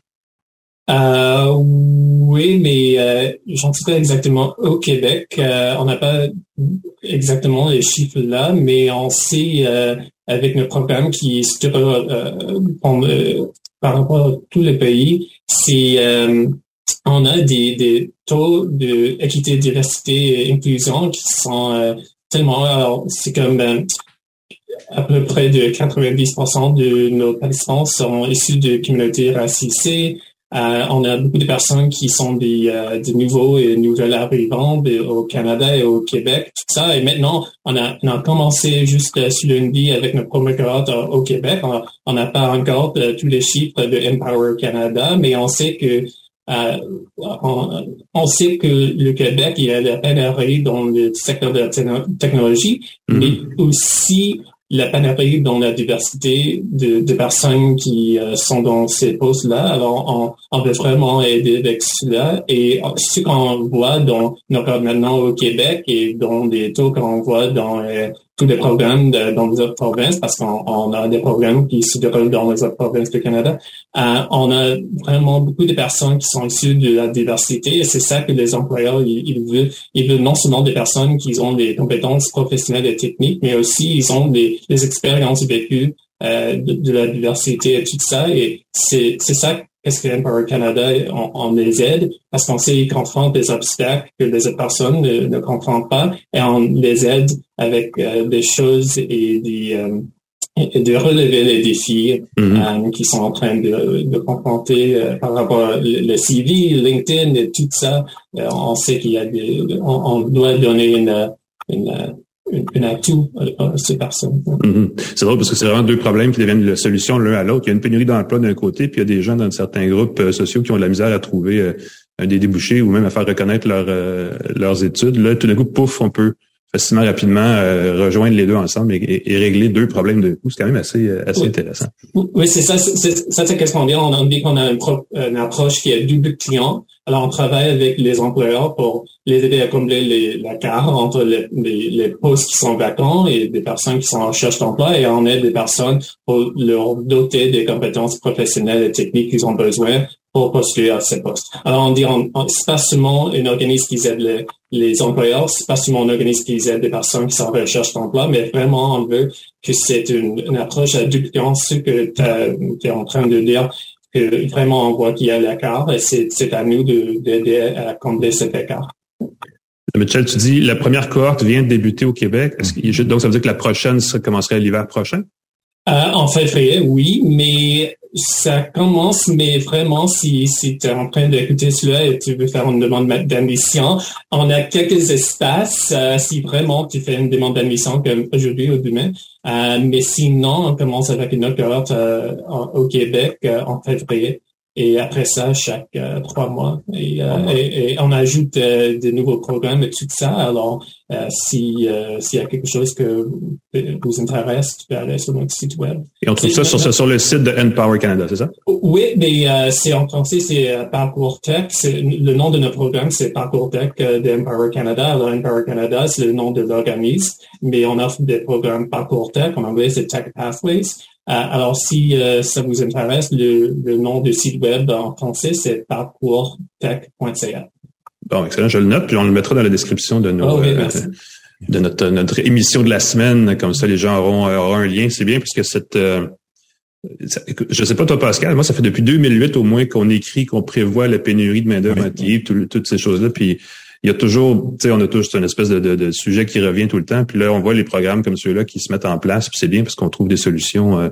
Euh, oui, mais euh, j'en sais pas exactement au Québec. Euh, on n'a pas exactement les chiffres là, mais on sait euh, avec notre programme qui est euh, euh, par rapport à tous les pays, c'est euh, on a des, des taux d'équité, diversité et inclusion qui sont euh, tellement. Alors, c'est comme euh, à peu près de quatre-vingt-dix pour cent de nos participants sont issus de communautés racisées. Euh, on a beaucoup de personnes qui sont des, euh, des nouveaux et nouvelles arrivants au Canada et au Québec, tout ça. Et maintenant, on a, on a commencé juste euh, sur lundi avec notre première cohorte euh, au Québec. On n'a pas encore euh, tous les chiffres de Empower Canada, mais on sait que euh, on, on sait que le Québec, il y a la pénurie dans le secteur de la technologie, mm-hmm. mais aussi la panoplie dans la diversité de, de personnes qui euh, sont dans ces postes-là. Alors, on, on veut vraiment aider avec cela. Et ce qu'on voit dans nos cas maintenant au Québec et dans des taux qu'on voit dans euh, tous les programmes de, dans les autres provinces, parce qu'on on a des programmes qui se déroulent dans les autres provinces du Canada, euh, on a vraiment beaucoup de personnes qui sont issues de la diversité. Et c'est ça que les employeurs, ils, ils veulent. Ils veulent non seulement des personnes qui ont des compétences professionnelles et techniques, mais aussi ils ont des, des expériences vécues euh, de, de la diversité et tout ça. Et c'est, c'est ça qu'est-ce que Empower Canada, on, on les aide parce qu'on sait qu'ils confrontent des obstacles que les autres personnes ne, ne comprennent pas et on les aide avec euh, des choses et des euh, et de relever les défis mm-hmm. euh, qui sont en train de, de confronter euh, par rapport au le C V, LinkedIn et tout ça. Euh, on sait qu'il y a des, on, on doit donner une, une Une, une atout à ces personnes. Mm-hmm. C'est drôle parce que c'est vraiment deux problèmes qui deviennent la solution l'un à l'autre. Il y a une pénurie d'emploi d'un côté, puis il y a des gens dans certains groupes euh, sociaux qui ont de la misère à trouver euh, des débouchés ou même à faire reconnaître leur, euh, leurs études. Là, tout d'un coup, pouf, on peut facilement, rapidement euh, rejoindre les deux ensemble et, et, et régler deux problèmes de coup. C'est quand même assez, assez oui. intéressant. Oui, c'est ça. C'est, ça, c'est qu'est-ce qu'on dit. On a dit qu'on a une, pro, une approche qui est double client. Alors, on travaille avec les employeurs pour les aider à combler les, la carte entre les, les, les postes qui sont vacants et des personnes qui sont en recherche d'emploi et on aide des personnes pour leur doter des compétences professionnelles et techniques qu'ils ont besoin pour postuler à ces postes. Alors, on dit, on, on, c'est pas seulement un organisme qui aide les, les employeurs, c'est pas seulement un organisme qui aide des personnes qui sont en recherche d'emploi, mais vraiment, on veut que c'est une, une approche à double client, ce que tu es en train de dire, que vraiment on voit qu'il y a l'écart et c'est, c'est à nous de, d'aider à combler cet écart. Michel, tu dis la première cohorte vient de débuter au Québec. Est-ce que, donc, ça veut dire que la prochaine, ça commencerait l'hiver prochain? Euh, en février, oui, mais ça commence, mais vraiment, si, si tu es en train d'écouter cela et tu veux faire une demande d'admission, on a quelques espaces, euh, si vraiment tu fais une demande d'admission comme aujourd'hui ou demain. Euh, mais sinon, on commence avec une autre cohorte euh, au Québec euh, en février. Et après ça, chaque euh, trois mois. Et, euh, et, et on ajoute euh, de nouveaux programmes et tout ça. Alors, euh, si euh, s'il y a quelque chose que vous intéresse, tu peux aller sur notre site web. Et on trouve ça sur, sur le site de Empower Canada, c'est ça? Oui, mais euh, c'est en français, c'est euh, Parcours Tech. C'est, le nom de notre programme, c'est Parcours Tech euh, de Empower Canada. Alors, Empower Canada, c'est le nom de l'organisme. Mais on offre des programmes Parcours Tech. En anglais, c'est Tech Pathways. Euh, alors, si euh, ça vous intéresse, le, le nom du site web en français, c'est parcours tech point c a. Bon, excellent. Je le note, puis on le mettra dans la description de, nos, oh, oui, euh, de notre, notre émission de la semaine. Comme ça, les gens auront, auront un lien. C'est bien parce que cette... Euh, ça, je sais pas toi, Pascal, moi, ça fait depuis deux mille huit au moins qu'on écrit, qu'on prévoit la pénurie de main-d'œuvre en T I, tout, toutes ces choses-là. Puis il y a toujours, tu sais, on a toujours une espèce de, de, de sujet qui revient tout le temps. Puis là, on voit les programmes comme ceux-là qui se mettent en place. Puis c'est bien parce qu'on trouve des solutions euh,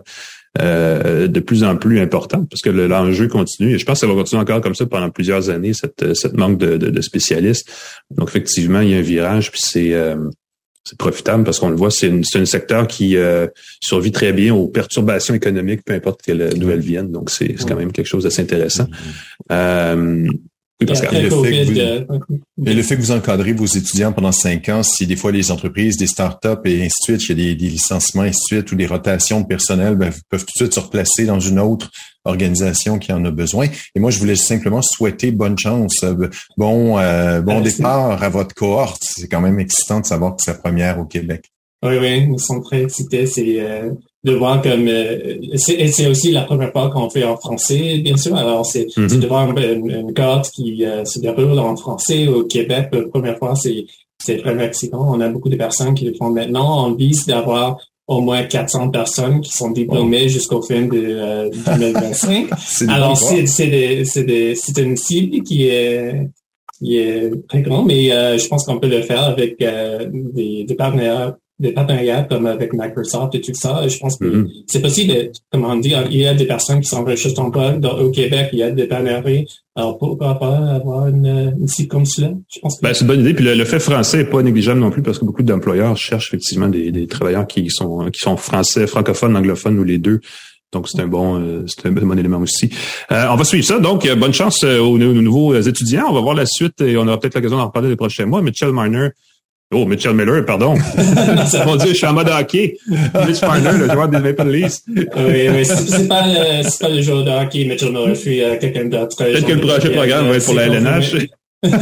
euh, de plus en plus importante parce que le, l'enjeu continue. Et je pense que ça va continuer encore comme ça pendant plusieurs années, cette, cette manque de, de, de spécialistes. Donc, effectivement, il y a un virage, puis c'est... Euh, C'est profitable parce qu'on le voit, c'est, une, c'est un secteur qui euh, survit très bien aux perturbations économiques, peu importe quelle, d'où elles viennent. Donc, c'est, c'est quand même quelque chose d'assez intéressant. Euh, oui, Pascal. Et le, fait que vous, et le fait que vous encadrez vos étudiants pendant cinq ans, si des fois les entreprises, des startups et ainsi de suite, il y a des, des licenciements, ainsi de suite, ou des rotations de personnel, ben, vous peuvent tout de suite se replacer dans une autre organisation qui en a besoin. Et moi, je voulais simplement souhaiter bonne chance, bon euh, bon Merci. départ à votre cohorte. C'est quand même excitant de savoir que c'est la première au Québec. Oui, oui, nous sommes très excités. C'est euh, de voir comme euh, c'est, c'est aussi la première fois qu'on fait en français, bien sûr. Alors c'est, mm-hmm. c'est de voir une, une cohorte qui euh, se déroule en français au Québec. La première fois, c'est c'est vraiment excitant. On a beaucoup de personnes qui le font maintenant. On vise d'avoir au moins quatre cents personnes qui sont diplômées oh. jusqu'au fin de euh, deux mille vingt-cinq. c'est Alors c'est c'est des, c'est des, c'est une cible qui est qui est très grande, mais euh, je pense qu'on peut le faire avec euh, des, des partenaires. des partenariats comme avec Microsoft et tout ça. Je pense que mm-hmm. c'est possible, de, comment dire, il y a des personnes qui sont en recherche d'emploi au Québec, il y a des partenariats. Alors, pourquoi pas avoir une, une cible comme cela? Je pense que... Ben, c'est une bonne idée. Puis le, le fait français n'est pas négligeable non plus parce que beaucoup d'employeurs cherchent effectivement des, des travailleurs qui sont, qui sont français, francophones, anglophones ou les deux. Donc, c'est un bon, euh, c'est un bon élément aussi. Euh, on va suivre ça. Donc, euh, bonne chance euh, aux, aux nouveaux étudiants. On va voir la suite et on aura peut-être l'occasion d'en reparler les prochains mois. Mitchell Marner, Oh, Mitchell Miller, pardon. Mon Dieu, je suis en mode hockey. Mitch Marner, le joueur des Maple Leafs. Oui, oui, c'est, c'est pas, euh, c'est pas le joueur de hockey, Mitchell Miller. Je suis euh, quelqu'un d'autre. Peut-être que le prochain programme va être pour la L N H.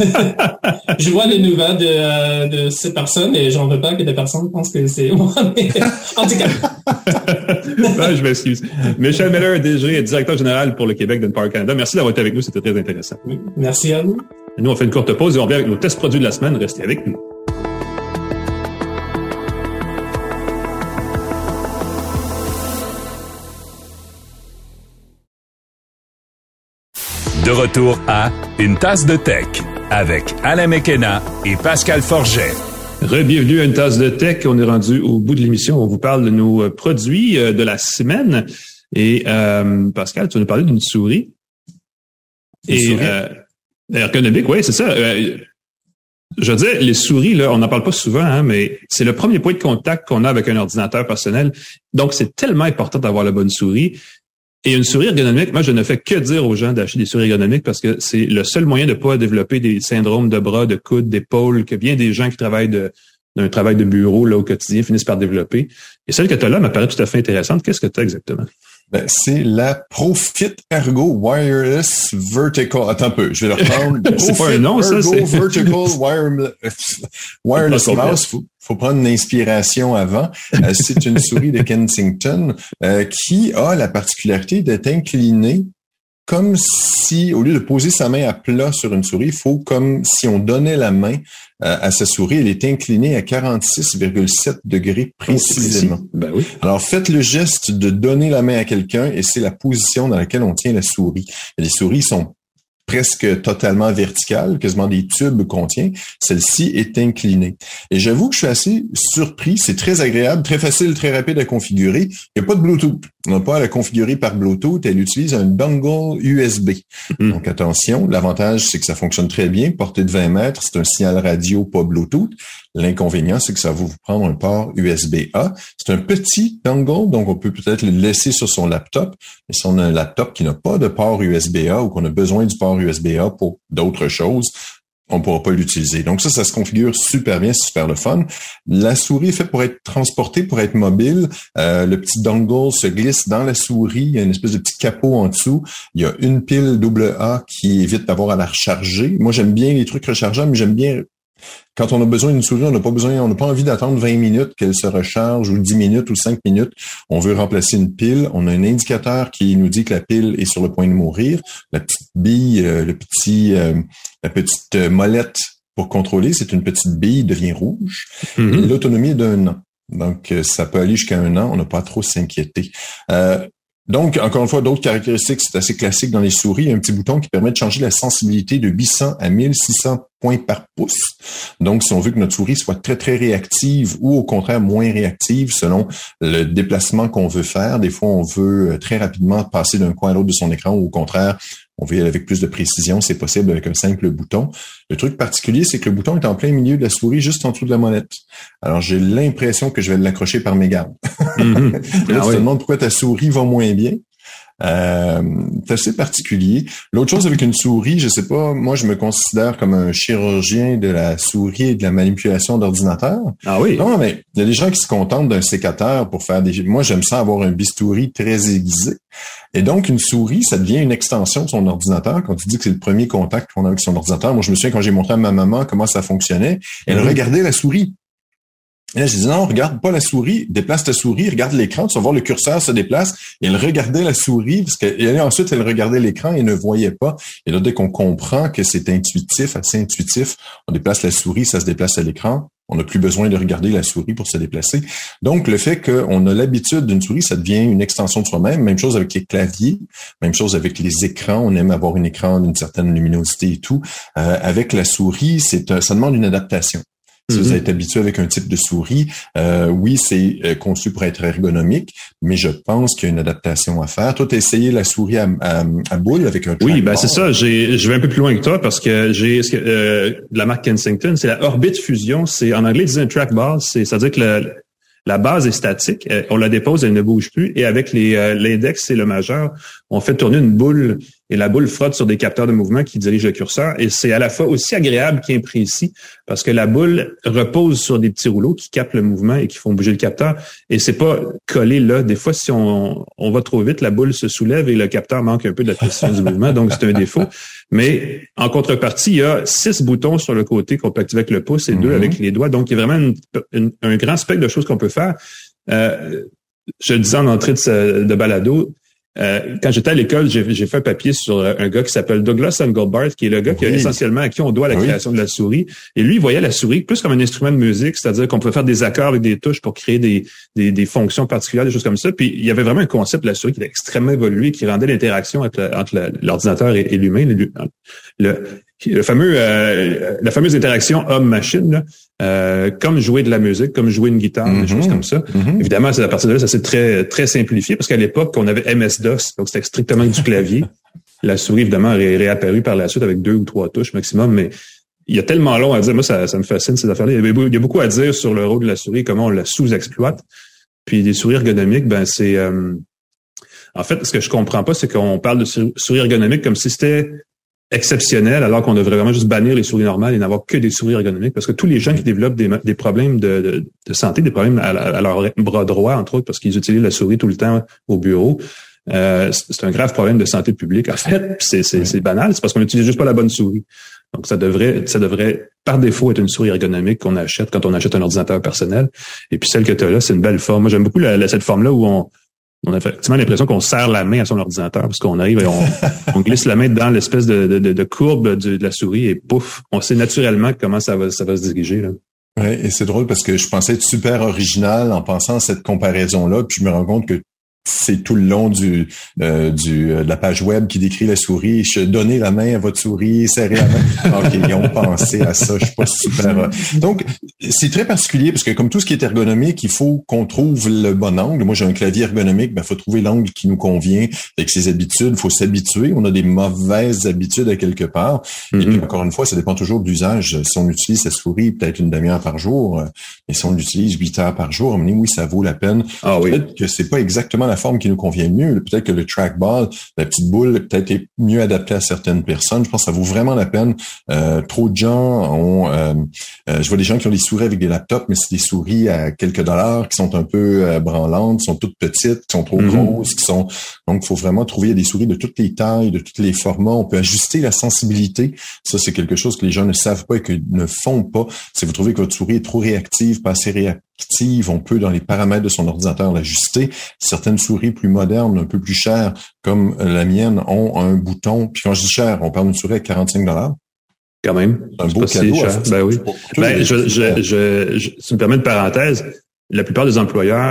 Je vois les nouvelles de, euh, de ces personnes et j'en veux pas que des personnes pensent que c'est moi, mais en tout cas. Non, je m'excuse. Mitchell Miller, D G et directeur général pour le Québec d'Empower Canada. Merci d'avoir été avec nous, c'était très intéressant. Merci à vous. Et nous, on fait une courte pause et on revient avec nos tests produits de la semaine. Restez avec nous. De retour à Une tasse de tech avec Alain McKenna et Pascal Forget. Re-bienvenue à Une tasse de tech. On est rendu au bout de l'émission. On vous parle de nos produits de la semaine. Et euh, Pascal, tu vas nous parler d'une souris. Une et souris. Euh, ergonomique, oui, c'est ça. Euh, je veux dire, les souris, là, on n'en parle pas souvent, hein, mais c'est le premier point de contact qu'on a avec un ordinateur personnel. Donc, c'est tellement important d'avoir la bonne souris. Et une souris ergonomique, moi, je ne fais que dire aux gens d'acheter des souris ergonomiques parce que c'est le seul moyen de ne pas développer des syndromes de bras, de coudes, d'épaules, que bien des gens qui travaillent de, d'un travail de bureau là au quotidien finissent par développer. Et celle que tu as là m'apparaît tout à fait intéressante. Qu'est-ce que tu as exactement? Ben, c'est la ProFit Ergo Wireless Vertical. Attends un peu, je vais le reprendre. C'est pas un nom, ça, Ergo c'est... Vertical Wire... Wireless Mouse. Faut, faut prendre une inspiration avant. Euh, c'est une souris de Kensington euh, qui a la particularité d'être inclinée comme si, au lieu de poser sa main à plat sur une souris, il faut comme si on donnait la main euh, à sa souris. Elle est inclinée à quarante-six virgule sept degrés précisément. Ben oui. Alors, faites le geste de donner la main à quelqu'un et c'est la position dans laquelle on tient la souris. Les souris sont presque totalement verticale, quasiment des tubes contient. Celle-ci est inclinée. Et j'avoue que je suis assez surpris. C'est très agréable, très facile, très rapide à configurer. Il n'y a pas de Bluetooth. On n'a pas à la configurer par Bluetooth. Elle utilise un dongle U S B. Mm. Donc attention, l'avantage, c'est que ça fonctionne très bien. Portée de vingt mètres, c'est un signal radio, pas Bluetooth. L'inconvénient, c'est que ça va vous prendre un port U S B A. C'est un petit dongle, donc on peut peut-être le laisser sur son laptop. Mais si on a un laptop qui n'a pas de port U S B A ou qu'on a besoin du port U S B A pour d'autres choses, on ne pourra pas l'utiliser. Donc ça, ça se configure super bien, c'est super le fun. La souris est faite pour être transportée, pour être mobile. Euh, le petit dongle se glisse dans la souris. Il y a une espèce de petit capot en dessous. Il y a une pile double A qui évite d'avoir à la recharger. Moi, j'aime bien les trucs rechargeables, mais j'aime bien... Quand on a besoin d'une souris, on n'a pas besoin, on n'a pas envie d'attendre vingt minutes qu'elle se recharge ou dix minutes ou cinq minutes. On veut remplacer une pile. On a un indicateur qui nous dit que la pile est sur le point de mourir. La petite bille, euh, le petit, euh, la petite molette pour contrôler, c'est une petite bille, devient rouge. Mm-hmm. Et l'autonomie est d'un an. Donc, ça peut aller jusqu'à un an. On n'a pas trop s'inquiéter. Euh, Donc, encore une fois, d'autres caractéristiques, c'est assez classique dans les souris. Il y a un petit bouton qui permet de changer la sensibilité de huit cents à mille six cents points par pouce. Donc, si on veut que notre souris soit très, très réactive ou au contraire moins réactive selon le déplacement qu'on veut faire, des fois, on veut très rapidement passer d'un coin à l'autre de son écran ou au contraire, on veut y aller avec plus de précision, c'est possible avec un simple bouton. Le truc particulier, c'est que le bouton est en plein milieu de la souris, juste en dessous de la molette. Alors, j'ai l'impression que je vais l'accrocher par mes gardes. Mm-hmm. Là, ah, tu oui. te demandes pourquoi ta souris va moins bien. Euh, c'est assez particulier. L'autre chose avec une souris, je sais pas, moi je me considère comme un chirurgien de la souris et de la manipulation d'ordinateur. Ah oui? Non, mais il y a des gens qui se contentent d'un sécateur pour faire des... Moi, j'aime ça avoir un bistouri très aiguisé. Et donc, une souris, ça devient une extension de son ordinateur. Quand tu dis que c'est le premier contact qu'on a avec son ordinateur, moi je me souviens quand j'ai montré à ma maman comment ça fonctionnait, elle mmh. regardait la souris. Et là, j'ai dit, non, regarde pas la souris, déplace ta souris, regarde l'écran, tu vas voir le curseur se déplace. Et elle regardait la souris, parce que et ensuite, elle regardait l'écran et ne voyait pas. Et là, dès qu'on comprend que c'est intuitif, assez intuitif, on déplace la souris, ça se déplace à l'écran. On n'a plus besoin de regarder la souris pour se déplacer. Donc, le fait qu'on a l'habitude d'une souris, ça devient une extension de soi-même. Même chose avec les claviers, même chose avec les écrans. On aime avoir un écran d'une certaine luminosité et tout. Euh, avec la souris, c'est un, ça demande une adaptation. Si vous êtes habitué avec un type de souris, euh, oui, c'est euh, conçu pour être ergonomique, mais je pense qu'il y a une adaptation à faire. Toi, tu as essayé la souris à, à, à boule avec un trackball. Oui, ben c'est ça. J'ai, je vais un peu plus loin que toi parce que j'ai euh, la marque Kensington, c'est la Orbit Fusion. C'est en anglais, ils disent un trackball. C'est, c'est-à-dire que le, la base est statique. On la dépose, elle ne bouge plus. Et avec les, euh, l'index et le majeur, on fait tourner une boule et la boule frotte sur des capteurs de mouvement qui dirigent le curseur. Et c'est à la fois aussi agréable qu'imprécis parce que la boule repose sur des petits rouleaux qui captent le mouvement et qui font bouger le capteur. Et c'est pas collé là. Des fois, si on, on va trop vite, la boule se soulève et le capteur manque un peu de la précision du mouvement. Donc, c'est un défaut. Mais en contrepartie, il y a six boutons sur le côté qu'on peut activer avec le pouce et mm-hmm. deux avec les doigts. Donc, il y a vraiment une, une, un grand spectre de choses qu'on peut faire. Euh, je le disais en entrée de, de balado, Euh, quand j'étais à l'école, j'ai, j'ai fait un papier sur un gars qui s'appelle Douglas Engelbart, qui est le gars oui. qui a essentiellement à qui on doit la oui. création de la souris. Et lui, il voyait la souris plus comme un instrument de musique, c'est-à-dire qu'on pouvait faire des accords avec des touches pour créer des, des, des fonctions particulières, des choses comme ça. Puis il y avait vraiment un concept de la souris qui était extrêmement évolué, qui rendait l'interaction entre, le, entre le, l'ordinateur et, et l'humain. Le, le, le fameux, euh, la fameuse interaction homme-machine, là, euh, comme jouer de la musique, comme jouer une guitare, mm-hmm. des choses comme ça. Mm-hmm. Évidemment, c'est à partir de là, ça s'est très très simplifié parce qu'à l'époque, on avait M S DOS, donc c'était strictement du clavier. La souris, évidemment, est réapparue par la suite avec deux ou trois touches maximum, mais il y a tellement long à dire. Moi, ça, ça me fascine ces affaires-là. Il y a beaucoup à dire sur le rôle de la souris, comment on la sous-exploite. Puis des souris ergonomiques, ben c'est euh, en fait, ce que je comprends pas, c'est qu'on parle de souris ergonomiques comme si c'était exceptionnel, alors qu'on devrait vraiment juste bannir les souris normales et n'avoir que des souris ergonomiques, parce que tous les gens qui développent des, des problèmes de, de, de santé, des problèmes à, à leur bras droit, entre autres, parce qu'ils utilisent la souris tout le temps au bureau, euh, c'est un grave problème de santé publique. En fait, c'est, c'est, c'est banal, c'est parce qu'on n'utilise juste pas la bonne souris. Donc, ça devrait, ça devrait, par défaut, être une souris ergonomique qu'on achète quand on achète un ordinateur personnel. Et puis, celle que tu as là, c'est une belle forme. Moi, j'aime beaucoup la, la, cette forme-là où on, on a effectivement l'impression qu'on serre la main à son ordinateur parce qu'on arrive et on, on glisse la main dans l'espèce de, de, de courbe de, de la souris et pouf, on sait naturellement comment ça va, ça va se diriger, là. Ouais, et c'est drôle parce que je pensais être super original en pensant à cette comparaison-là, puis je me rends compte que c'est tout le long du, euh, du de la page web qui décrit la souris. Je donnez la main à votre souris, serrez la main. OK, ils ont pensé à ça. Je suis pas super. Donc, c'est très particulier parce que comme tout ce qui est ergonomique, il faut qu'on trouve le bon angle. Moi, j'ai un clavier ergonomique. Ben, faut trouver l'angle qui nous convient avec ses habitudes. Il faut s'habituer. On a des mauvaises habitudes à quelque part. Mm-hmm. Et puis, encore une fois, ça dépend toujours de l'usage. Si on utilise sa souris peut-être une demi-heure par jour, et si on l'utilise huit heures par jour, on me dit oui, ça vaut la peine. Ah oui. Peut-être que c'est pas exactement la forme qui nous convient mieux. Peut-être que le trackball, la petite boule, peut-être est mieux adaptée à certaines personnes. Je pense que ça vaut vraiment la peine. Euh, trop de gens ont... Euh, euh, je vois des gens qui ont des souris avec des laptops, mais c'est des souris à quelques dollars, qui sont un peu euh, branlantes, qui sont toutes petites, qui sont trop mm-hmm. grosses, qui sont... Donc, il faut vraiment trouver des souris de toutes les tailles, de tous les formats. On peut ajuster la sensibilité. Ça, c'est quelque chose que les gens ne savent pas et que ne font pas. Si vous trouvez que votre souris est trop réactive, pas assez réactive, on peut, dans les paramètres de son ordinateur, l'ajuster. Certaines souris plus modernes, un peu plus chères, comme la mienne, ont un bouton. Puis quand je dis cher, on parle d'une souris à quarante-cinq dollars. Quand même. C'est un beau cadeau. Si cher. Ben oui. Ben, je, je, je, je, tu me permets une parenthèse. La plupart des employeurs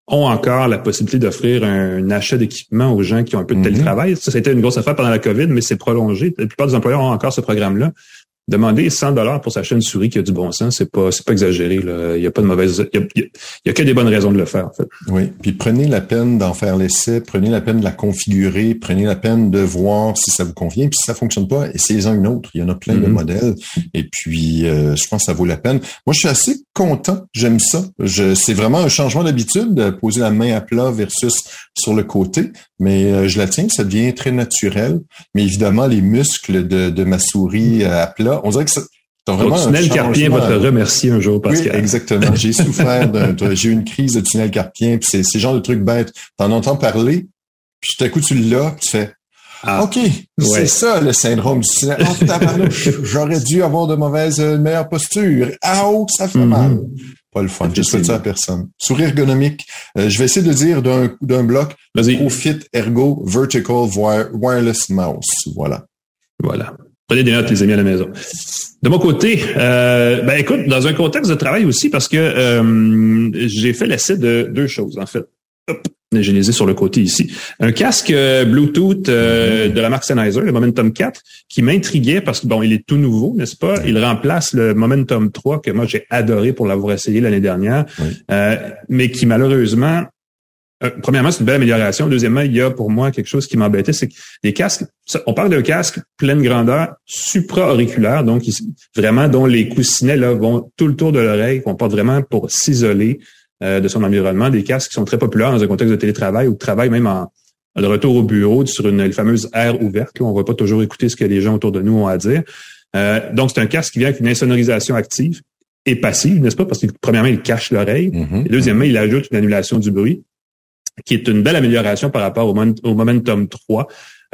ont encore la possibilité d'offrir un, un achat d'équipement aux gens qui ont un peu de télétravail. Mm-hmm. Ça, ça a été une grosse affaire pendant la COVID, mais c'est prolongé. La plupart des employeurs ont encore ce programme-là. Demander cent dollars pour s'acheter une souris qui a du bon sens, c'est pas, c'est pas exagéré, là. Il y a pas de mauvaise, il y a, il y a que des bonnes raisons de le faire, en fait. Oui. Puis prenez la peine d'en faire l'essai, prenez la peine de la configurer, prenez la peine de voir si ça vous convient. Puis si ça fonctionne pas, essayez-en une autre. Il y en a plein mm-hmm. de modèles. Et puis, euh, je pense que ça vaut la peine. Moi, je suis assez content. J'aime ça. Je, c'est vraiment un changement d'habitude de poser la main à plat versus sur le côté. Mais euh, je la tiens, ça devient très naturel. Mais évidemment, les muscles de, de ma souris euh, à plat, on dirait que ça... Vraiment le tunnel carpien va te remercier un jour, Pascal. Oui, exactement. J'ai souffert d'un, j'ai eu une crise de tunnel carpien, puis c'est, c'est genre de trucs bêtes. T'en entends parler, puis tout à coup tu l'as, puis tu fais ah, OK, ouais. C'est ça le syndrome du tunnel. Oh, tabarnouche, j'aurais dû avoir de mauvaises, une meilleure posture. Ah oh, ça fait mm-hmm. mal. Pas le fun. Je souhaite ça à personne. Souris ergonomique. Euh, je vais essayer de dire d'un, d'un bloc. Vas-y. ProFit Ergo Vertical Wire, Wireless Mouse. Voilà. Voilà. Prenez des notes, les amis, à la maison. De mon côté, euh, ben écoute, dans un contexte de travail aussi, parce que euh, j'ai fait l'essai de deux choses, en fait. Hop, j'ai les ai sur le côté ici. Un casque euh, Bluetooth euh, de la marque Sennheiser, le Momentum quatre, qui m'intriguait parce que, bon, il est tout nouveau, n'est-ce pas? Il remplace le Momentum trois, que moi, j'ai adoré pour l'avoir essayé l'année dernière, oui. euh, mais qui, malheureusement... Euh, premièrement, c'est une belle amélioration. Deuxièmement, il y a pour moi quelque chose qui m'embêtait, c'est que les casques, on parle d'un casque pleine grandeur supra-auriculaire, donc vraiment dont les coussinets là vont tout le tour de l'oreille, qu'on porte vraiment pour s'isoler euh, de son environnement. Des casques qui sont très populaires dans un contexte de télétravail ou de travail même en de retour au bureau sur une les fameuses aires ouvertes. Là, on ne va pas toujours écouter ce que les gens autour de nous ont à dire. Euh, donc, c'est un casque qui vient avec une insonorisation active et passive, n'est-ce pas? Parce que premièrement, il cache l'oreille. Mm-hmm. Et deuxièmement, il ajoute une annulation du bruit, qui est une belle amélioration par rapport au, Moment, au Momentum trois,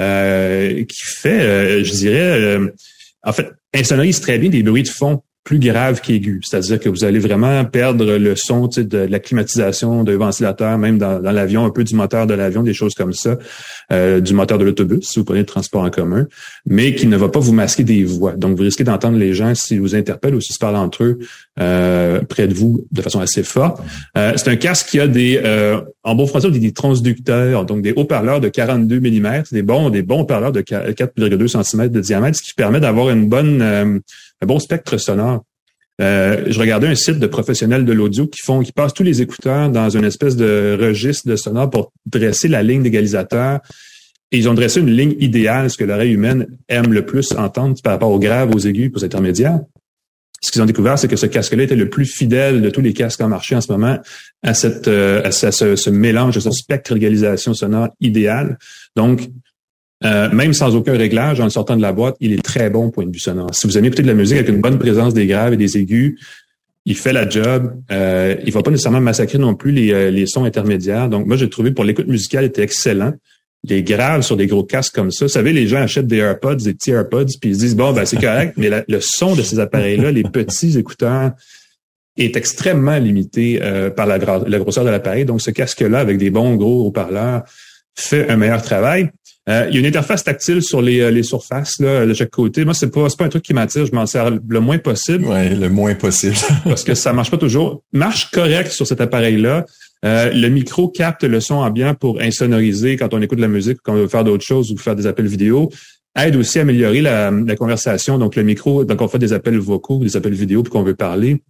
euh, qui fait, euh, je dirais, euh, en fait, insonorise très bien des bruits de fond plus graves qu'aigus. C'est-à-dire que vous allez vraiment perdre le son de, de la climatisation, de ventilateur, même dans, dans l'avion, un peu du moteur de l'avion, des choses comme ça, euh, du moteur de l'autobus, si vous prenez le transport en commun, mais qui ne va pas vous masquer des voix. Donc, vous risquez d'entendre les gens s'ils vous interpellent ou s'ils se parlent entre eux euh, près de vous de façon assez forte. Euh, c'est un casque qui a des, euh, en bon français, des, des transducteurs, donc des haut-parleurs de quarante-deux millimètres, des bons, des bons haut-parleurs de quatre virgule deux centimètres de diamètre, ce qui permet d'avoir une bonne, euh, un bon spectre sonore. Euh, je regardais un site de professionnels de l'audio qui font, qui passent tous les écouteurs dans une espèce de registre de sonore pour dresser la ligne d'égalisateur. Et ils ont dressé une ligne idéale, ce que l'oreille humaine aime le plus entendre par rapport aux graves, aux aigus, aux intermédiaires. Ce qu'ils ont découvert, c'est que ce casque-là était le plus fidèle de tous les casques en marché en ce moment à cette, euh, à ce, ce, ce mélange, à ce spectre d'égalisation sonore idéal. Donc, Euh, même sans aucun réglage, en le sortant de la boîte, il est très bon au point de vue sonore. Si vous aimez écouter de la musique avec une bonne présence des graves et des aigus, il fait la job. Euh, il va pas nécessairement massacrer non plus les, euh, les sons intermédiaires. Donc, moi, j'ai trouvé pour l'écoute musicale, il était excellent. Les graves sur des gros casques comme ça. Vous savez, les gens achètent des AirPods, des petits AirPods, puis ils se disent, bon, ben c'est correct, mais la, le son de ces appareils-là, les petits écouteurs, est extrêmement limité euh, par la, la grosseur de l'appareil. Donc, ce casque-là, avec des bons gros haut-parleurs, fait un meilleur travail. Euh, il y a une interface tactile sur les, les surfaces là, de chaque côté. Moi, c'est pas, c'est pas un truc qui m'attire. Je m'en sers le moins possible. Ouais, le moins possible. Parce que ça marche pas toujours. Marche correct sur cet appareil-là. Euh, le micro capte le son ambiant pour insonoriser quand on écoute de la musique, quand on veut faire d'autres choses ou faire des appels vidéo. Aide aussi à améliorer la, la conversation. Donc, le micro, donc on fait des appels vocaux, des appels vidéo puis qu'on veut parler,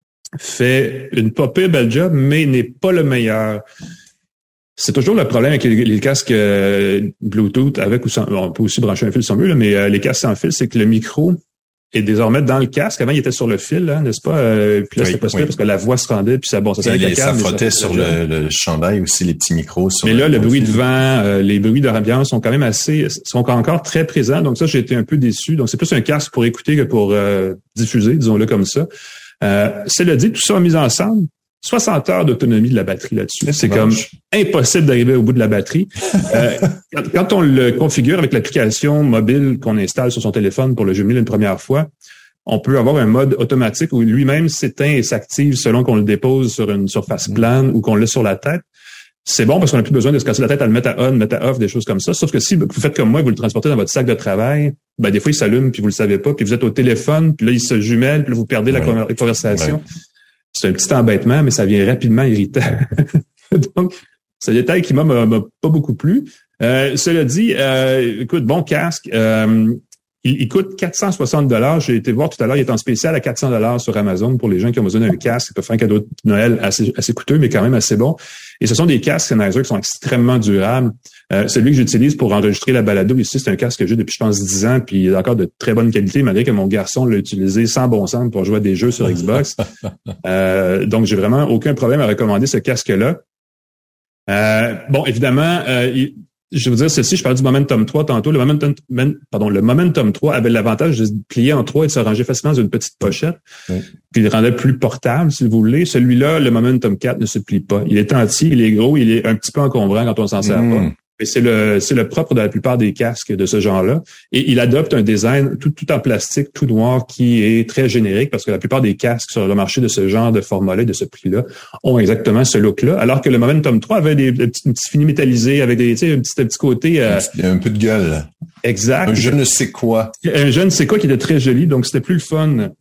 fait une pas pire belle job, mais n'est pas le meilleur. C'est toujours le problème avec les, les casques euh, Bluetooth avec ou sans, on peut aussi brancher un fil sans mieux, là, mais euh, les casques sans fil, c'est que le micro est désormais dans le casque. Avant, il était sur le fil, hein, n'est-ce pas? Euh, puis là, oui, c'était possible oui. parce que la voix se rendait, puis ça, bon, ça, ça, les, ça frottait sur le, le chandail aussi, les petits micros. Sur mais là, le, le bruit fil. de vent, euh, les bruits d'ambiance sont quand même assez, sont encore très présents. Donc ça, j'ai été un peu déçu. Donc c'est plus un casque pour écouter que pour euh, diffuser, disons-le comme ça. Euh, cela dit, tout ça mis ensemble, soixante heures d'autonomie de la batterie là-dessus. C'est, c'est comme impossible d'arriver au bout de la batterie. Euh, quand, quand on le configure avec l'application mobile qu'on installe sur son téléphone pour le jumeler une première fois, on peut avoir un mode automatique où lui-même s'éteint et s'active selon qu'on le dépose sur une surface plane ou qu'on l'a sur la tête. C'est bon parce qu'on n'a plus besoin de se casser la tête à le mettre à on, mettre à off, des choses comme ça. Sauf que si vous faites comme moi, vous le transportez dans votre sac de travail, ben des fois il s'allume puis vous le savez pas, puis vous êtes au téléphone, puis là il se jumelle, puis là, vous perdez ouais. la conversation. Ouais. C'est un petit embêtement, mais ça devient rapidement irritant. Donc, c'est un détail qui m'a, m'a, m'a pas beaucoup plu. Euh, cela dit, euh, écoute, bon casque. Euh, il, il coûte quatre cent soixante dollars. J'ai été voir tout à l'heure, il est en spécial à quatre cents dollars sur Amazon pour les gens qui ont besoin d'un casque. Ça peut faire un cadeau de Noël assez, assez coûteux, mais quand même assez bon. Et ce sont des casques Sennheiser qui sont extrêmement durables. Euh, celui que j'utilise pour enregistrer la balado ici, c'est un casque que j'ai depuis, je pense, dix ans, puis il est encore de très bonne qualité, malgré que mon garçon l'a utilisé sans bon sens pour jouer à des jeux sur Xbox. euh, donc, j'ai vraiment aucun problème à recommander ce casque-là. Euh, bon, évidemment, euh, il, je veux dire ceci, je parlais du Momentum trois tantôt. Le Momentum, pardon, le Momentum trois avait l'avantage de se plier en trois et de se ranger facilement dans une petite pochette, oui. Puis il le rendait plus portable, si vous voulez. Celui-là, le Momentum quatre ne se plie pas. Il est entier, il est gros, il est un petit peu encombrant quand on s'en sert mmh. pas. Et c'est le c'est le propre de la plupart des casques de ce genre-là. Et il adopte un design tout tout en plastique, tout noir, qui est très générique, parce que la plupart des casques sur le marché de ce genre de format-là, de ce prix-là, ont exactement ce look-là. Alors que le Momentum trois avait des, des petits, petits finis métallisés avec des, tu sais, un petit, un petit côté. Euh, il y a un peu de gueule. Exact. Un je ne sais quoi. Un je ne sais quoi qui était très joli, donc c'était plus le fun. Là,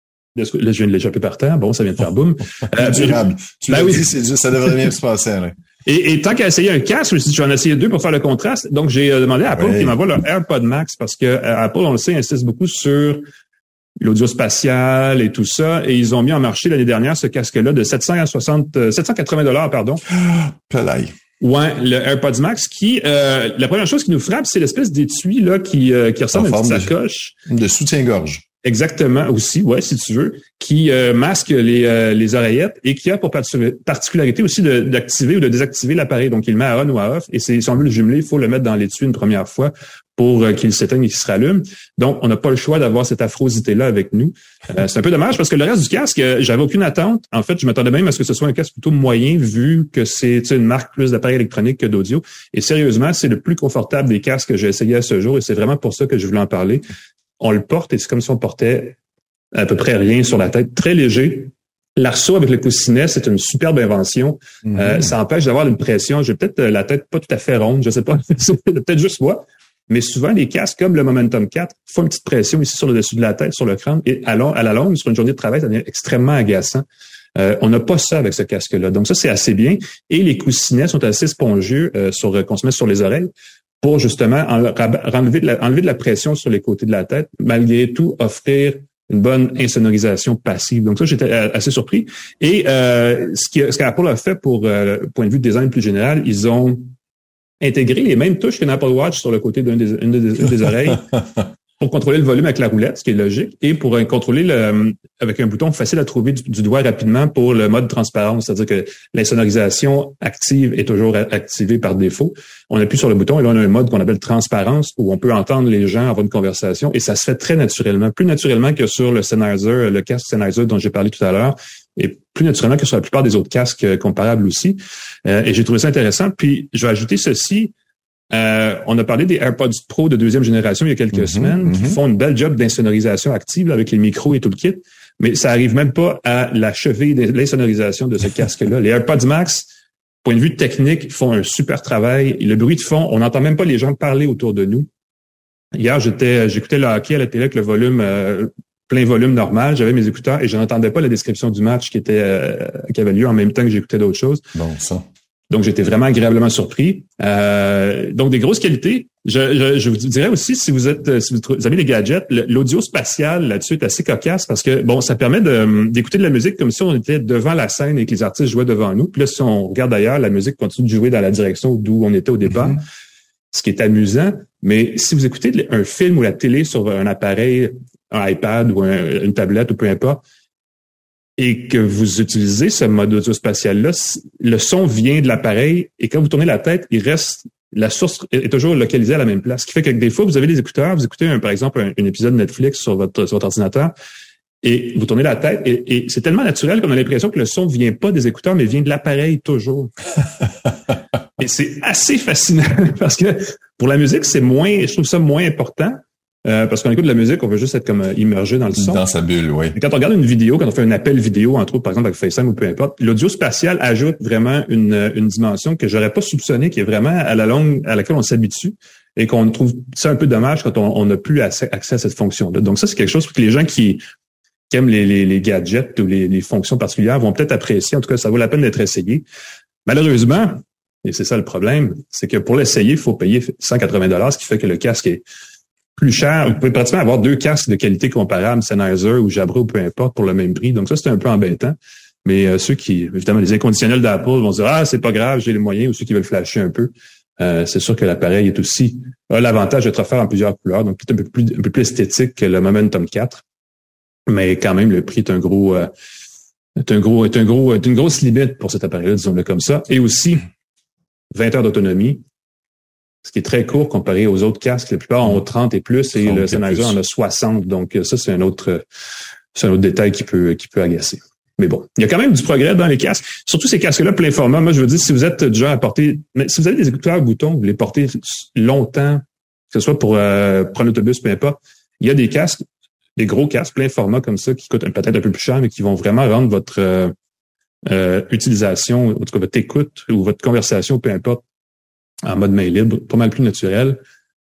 je viens de l'échapper par terre. Bon, ça vient de faire boum. Euh, durable. Tu ben l'as oui. dit, c'est juste, ça devrait bien se passer, là. Et, et tant qu'à essayer un casque, je me suis dit, je vais en essayer deux pour faire le contraste. Donc, j'ai demandé à Apple oui. qu'il m'envoie leur AirPod Max parce que euh, Apple, on le sait, insiste beaucoup sur l'audio spatial et tout ça. Et ils ont mis en marché l'année dernière ce casque-là de sept cent soixante, sept cent quatre-vingts dollars, pardon. Pelaille. Ouais, le AirPods Max qui, euh, la première chose qui nous frappe, c'est l'espèce d'étui là qui, euh, qui ressemble à une petite sacoche. De soutien-gorge. Exactement, aussi, ouais, si tu veux, qui euh, masque les, euh, les oreillettes et qui a pour particularité aussi de, d'activer ou de désactiver l'appareil. Donc, il le met à on ou à off. Et c'est, si on veut le jumeler, il faut le mettre dans l'étui une première fois pour euh, qu'il s'éteigne et qu'il se rallume. Donc, on n'a pas le choix d'avoir cette affrosité-là avec nous. Euh, c'est un peu dommage parce que le reste du casque, euh, j'avais aucune attente. En fait, je m'attendais même à ce que ce soit un casque plutôt moyen vu que c'est une marque plus d'appareils électroniques que d'audio. Et sérieusement, c'est le plus confortable des casques que j'ai essayé à ce jour et c'est vraiment pour ça que je voulais en parler. On le porte et c'est comme si on portait à peu près rien sur la tête. Très léger. L'arceau avec le coussinet, c'est une superbe invention. Mm-hmm. Euh, ça empêche d'avoir une pression. J'ai peut-être la tête pas tout à fait ronde, je sais pas. C'est peut-être juste moi. Mais souvent, les casques comme le Momentum quatre font une petite pression ici sur le dessus de la tête, sur le crâne. Et à, long, à la longue, sur une journée de travail, ça devient extrêmement agaçant. Euh, on n'a pas ça avec ce casque-là. Donc ça, c'est assez bien. Et les coussinets sont assez spongieux euh, sur, qu'on se met sur les oreilles, pour justement enlever de, la, enlever de la pression sur les côtés de la tête, malgré tout offrir une bonne insonorisation passive. Donc ça, j'étais assez surpris. Et euh, ce, qui, ce qu'Apple a fait pour euh, point de vue de design plus général, ils ont intégré les mêmes touches qu'un Apple Watch sur le côté d'une des, une des, une des oreilles pour contrôler le volume avec la roulette, ce qui est logique, et pour contrôler le avec un bouton facile à trouver du, du doigt rapidement pour le mode transparence, c'est-à-dire que l'insonorisation active est toujours activée par défaut. On appuie sur le bouton et là, on a un mode qu'on appelle transparence où on peut entendre les gens avoir une conversation et ça se fait très naturellement, plus naturellement que sur le Sennheiser, le casque Sennheiser dont j'ai parlé tout à l'heure, et plus naturellement que sur la plupart des autres casques comparables aussi. Euh, et j'ai trouvé ça intéressant. Puis, je vais ajouter ceci. Euh, on a parlé des AirPods Pro de deuxième génération il y a quelques mm-hmm, semaines mm-hmm. qui font une belle job d'insonorisation active là, avec les micros et tout le kit, mais ça arrive même pas à la cheville de l'insonorisation de ce casque-là. Les AirPods Max, point de vue technique, font un super travail. Et le bruit de fond, on n'entend même pas les gens parler autour de nous. Hier, j'étais, j'écoutais le hockey à la télé avec le volume euh, plein volume normal. J'avais mes écouteurs et je n'entendais pas la description du match qui était euh, qui avait lieu en même temps que j'écoutais d'autres choses. Bon, ça. Donc, j'étais vraiment agréablement surpris. Euh, donc, des grosses qualités. Je, je, je vous dirais aussi, si vous êtes, si vous avez des gadgets, l'audio spatial là-dessus est assez cocasse parce que, bon, ça permet de, d'écouter de la musique comme si on était devant la scène et que les artistes jouaient devant nous. Puis là, si on regarde ailleurs, la musique continue de jouer dans la direction d'où on était au départ, mm-hmm. ce qui est amusant. Mais si vous écoutez un film ou la télé sur un appareil, un iPad ou un, une tablette ou peu importe, et que vous utilisez ce mode audio spatial-là, le son vient de l'appareil et quand vous tournez la tête, il reste, la source est toujours localisée à la même place. Ce qui fait que des fois, vous avez des écouteurs, vous écoutez un, par exemple un, un épisode Netflix sur votre, sur votre ordinateur et vous tournez la tête et, et c'est tellement naturel qu'on a l'impression que le son vient pas des écouteurs, mais vient de l'appareil toujours. Et c'est assez fascinant parce que pour la musique, c'est moins, je trouve ça moins important. Euh, parce qu'on écoute de la musique, on veut juste être comme euh, immergé dans le son. Dans sa bulle, oui. Et quand on regarde une vidéo, quand on fait un appel vidéo, entre autres, par exemple avec FaceTime ou peu importe, l'audio spatial ajoute vraiment une, une dimension que j'aurais pas soupçonnée, qui est vraiment à la longue, à laquelle on s'habitue et qu'on trouve ça un peu dommage quand on n'a plus accès, accès à cette fonction-là. Donc ça, c'est quelque chose que les gens qui, qui aiment les, les, les gadgets ou les, les fonctions particulières vont peut-être apprécier. En tout cas, ça vaut la peine d'être essayé. Malheureusement, et c'est ça le problème, c'est que pour l'essayer, il faut payer cent quatre-vingts dollars, ce qui fait que le casque est plus cher. Vous pouvez pratiquement avoir deux casques de qualité comparable, Sennheiser ou Jabra ou peu importe, pour le même prix. Donc ça, c'est un peu embêtant. Mais euh, ceux qui, évidemment, les inconditionnels d'Apple vont se dire « Ah, c'est pas grave, j'ai les moyens » ou ceux qui veulent flasher un peu. Euh, c'est sûr que l'appareil est aussi a l'avantage d'être offert en plusieurs couleurs, donc peut-être un peu plus un peu plus esthétique que le Momentum quatre. Mais quand même, le prix est un gros euh, est un gros est un gros est une grosse limite pour cet appareil-là, disons-le comme ça. Et aussi vingt heures d'autonomie, ce qui est très court comparé aux autres casques. La plupart ont trente et plus, et le Sennheiser en a soixante. Donc ça, c'est un autre c'est un autre détail qui peut qui peut agacer. Mais bon, il y a quand même du progrès dans les casques. Surtout ces casques-là plein format. Moi, je veux dire, si vous êtes déjà à porter, mais si vous avez des écouteurs boutons, vous les portez longtemps, que ce soit pour euh, prendre l'autobus, peu importe, il y a des casques, des gros casques plein format comme ça qui coûtent peut-être un peu plus cher, mais qui vont vraiment rendre votre euh, euh, utilisation, en tout cas votre écoute ou votre conversation, peu importe, en mode main libre, pas mal plus naturel.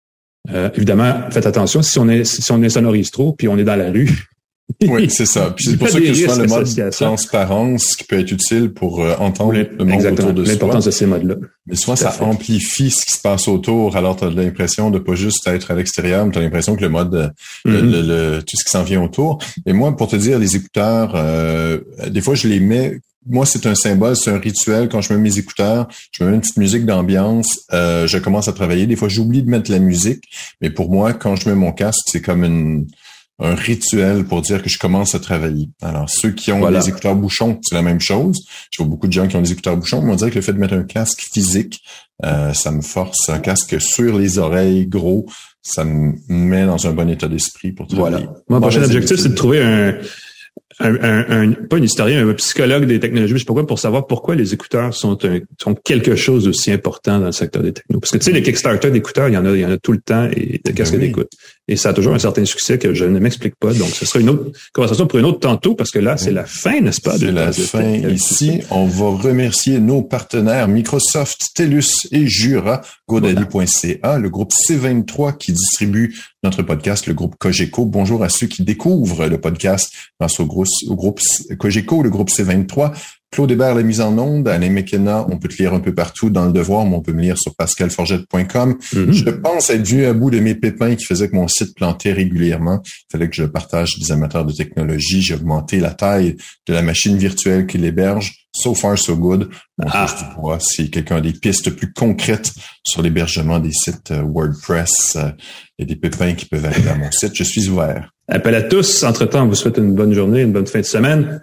Euh, évidemment, faites attention, si on est si on insonorise trop, puis on est dans la rue. Oui, c'est ça. Puis c'est pour ça que souvent le mode transparence qui peut être utile pour euh, entendre oui, le monde exactement, autour de soi. L'importance de ces modes-là. Mais souvent, ça fait. amplifie ce qui se passe autour. Alors, tu as l'impression de pas juste être à l'extérieur, mais tu as l'impression que le mode, mm-hmm. le, le, le, tout ce qui s'en vient autour. Et moi, pour te dire, les écouteurs, euh, des fois, je les mets. Moi, c'est un symbole, c'est un rituel. Quand je mets mes écouteurs, je mets une petite musique d'ambiance, euh, je commence à travailler. Des fois, j'oublie de mettre la musique. Mais pour moi, quand je mets mon casque, c'est comme une... un rituel pour dire que je commence à travailler. Alors, ceux qui ont voilà. des écouteurs bouchons, c'est la même chose. Je vois beaucoup de gens qui ont des écouteurs bouchons, mais on dirait que le fait de mettre un casque physique, euh, ça me force. Un casque sur les oreilles, gros, ça me met dans un bon état d'esprit pour travailler. Voilà. Mon prochain objectif, c'est de trouver un... Un, un, un, pas un historien, mais un psychologue des technologies, je sais pas quoi, pour savoir pourquoi les écouteurs sont un, sont quelque chose d'aussi important dans le secteur des technos. Parce que tu sais, les Kickstarter d'écouteurs, il y en a, il y en a tout le temps, et de casques oui. d'écoute. Et ça a toujours un certain succès que je ne m'explique pas. Donc, ce sera une autre conversation pour une autre tantôt, parce que là, c'est oui. la fin, n'est-ce pas? C'est la fin ici. On va remercier nos partenaires Microsoft, TELUS et Jura, GoDaddy point c a, le groupe C vingt-trois qui distribue notre podcast, le groupe Cogeco. Bonjour à ceux qui découvrent le podcast grâce au groupe, au groupe Cogeco, le groupe C vingt-trois. Claude Hébert, la mise en onde. Alain McKenna, on peut te lire un peu partout dans le Devoir, mais on peut me lire sur pascal forget point com. Mm-hmm. Je pense être venu à bout de mes pépins qui faisaient que mon site plantait régulièrement. Il fallait que je le partage des amateurs de technologie. J'ai augmenté la taille de la machine virtuelle qui l'héberge. So far, so good. On ah. touche du bois. Si quelqu'un a des pistes plus concrètes sur l'hébergement des sites euh, WordPress euh, et des pépins qui peuvent arriver à mon site, je suis ouvert. Appel à tous. Entre-temps, on vous souhaite une bonne journée, une bonne fin de semaine.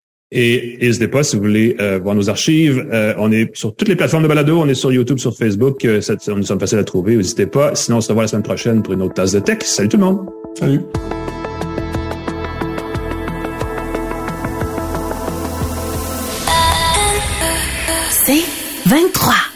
Et n'hésitez pas, si vous voulez euh, voir nos archives, euh, on est sur toutes les plateformes de balado, on est sur YouTube, sur Facebook, euh, ça, nous sommes faciles à trouver, n'hésitez pas. Sinon, on se revoit la semaine prochaine pour une autre tasse de tech. Salut tout le monde! Salut! C'est vingt-trois.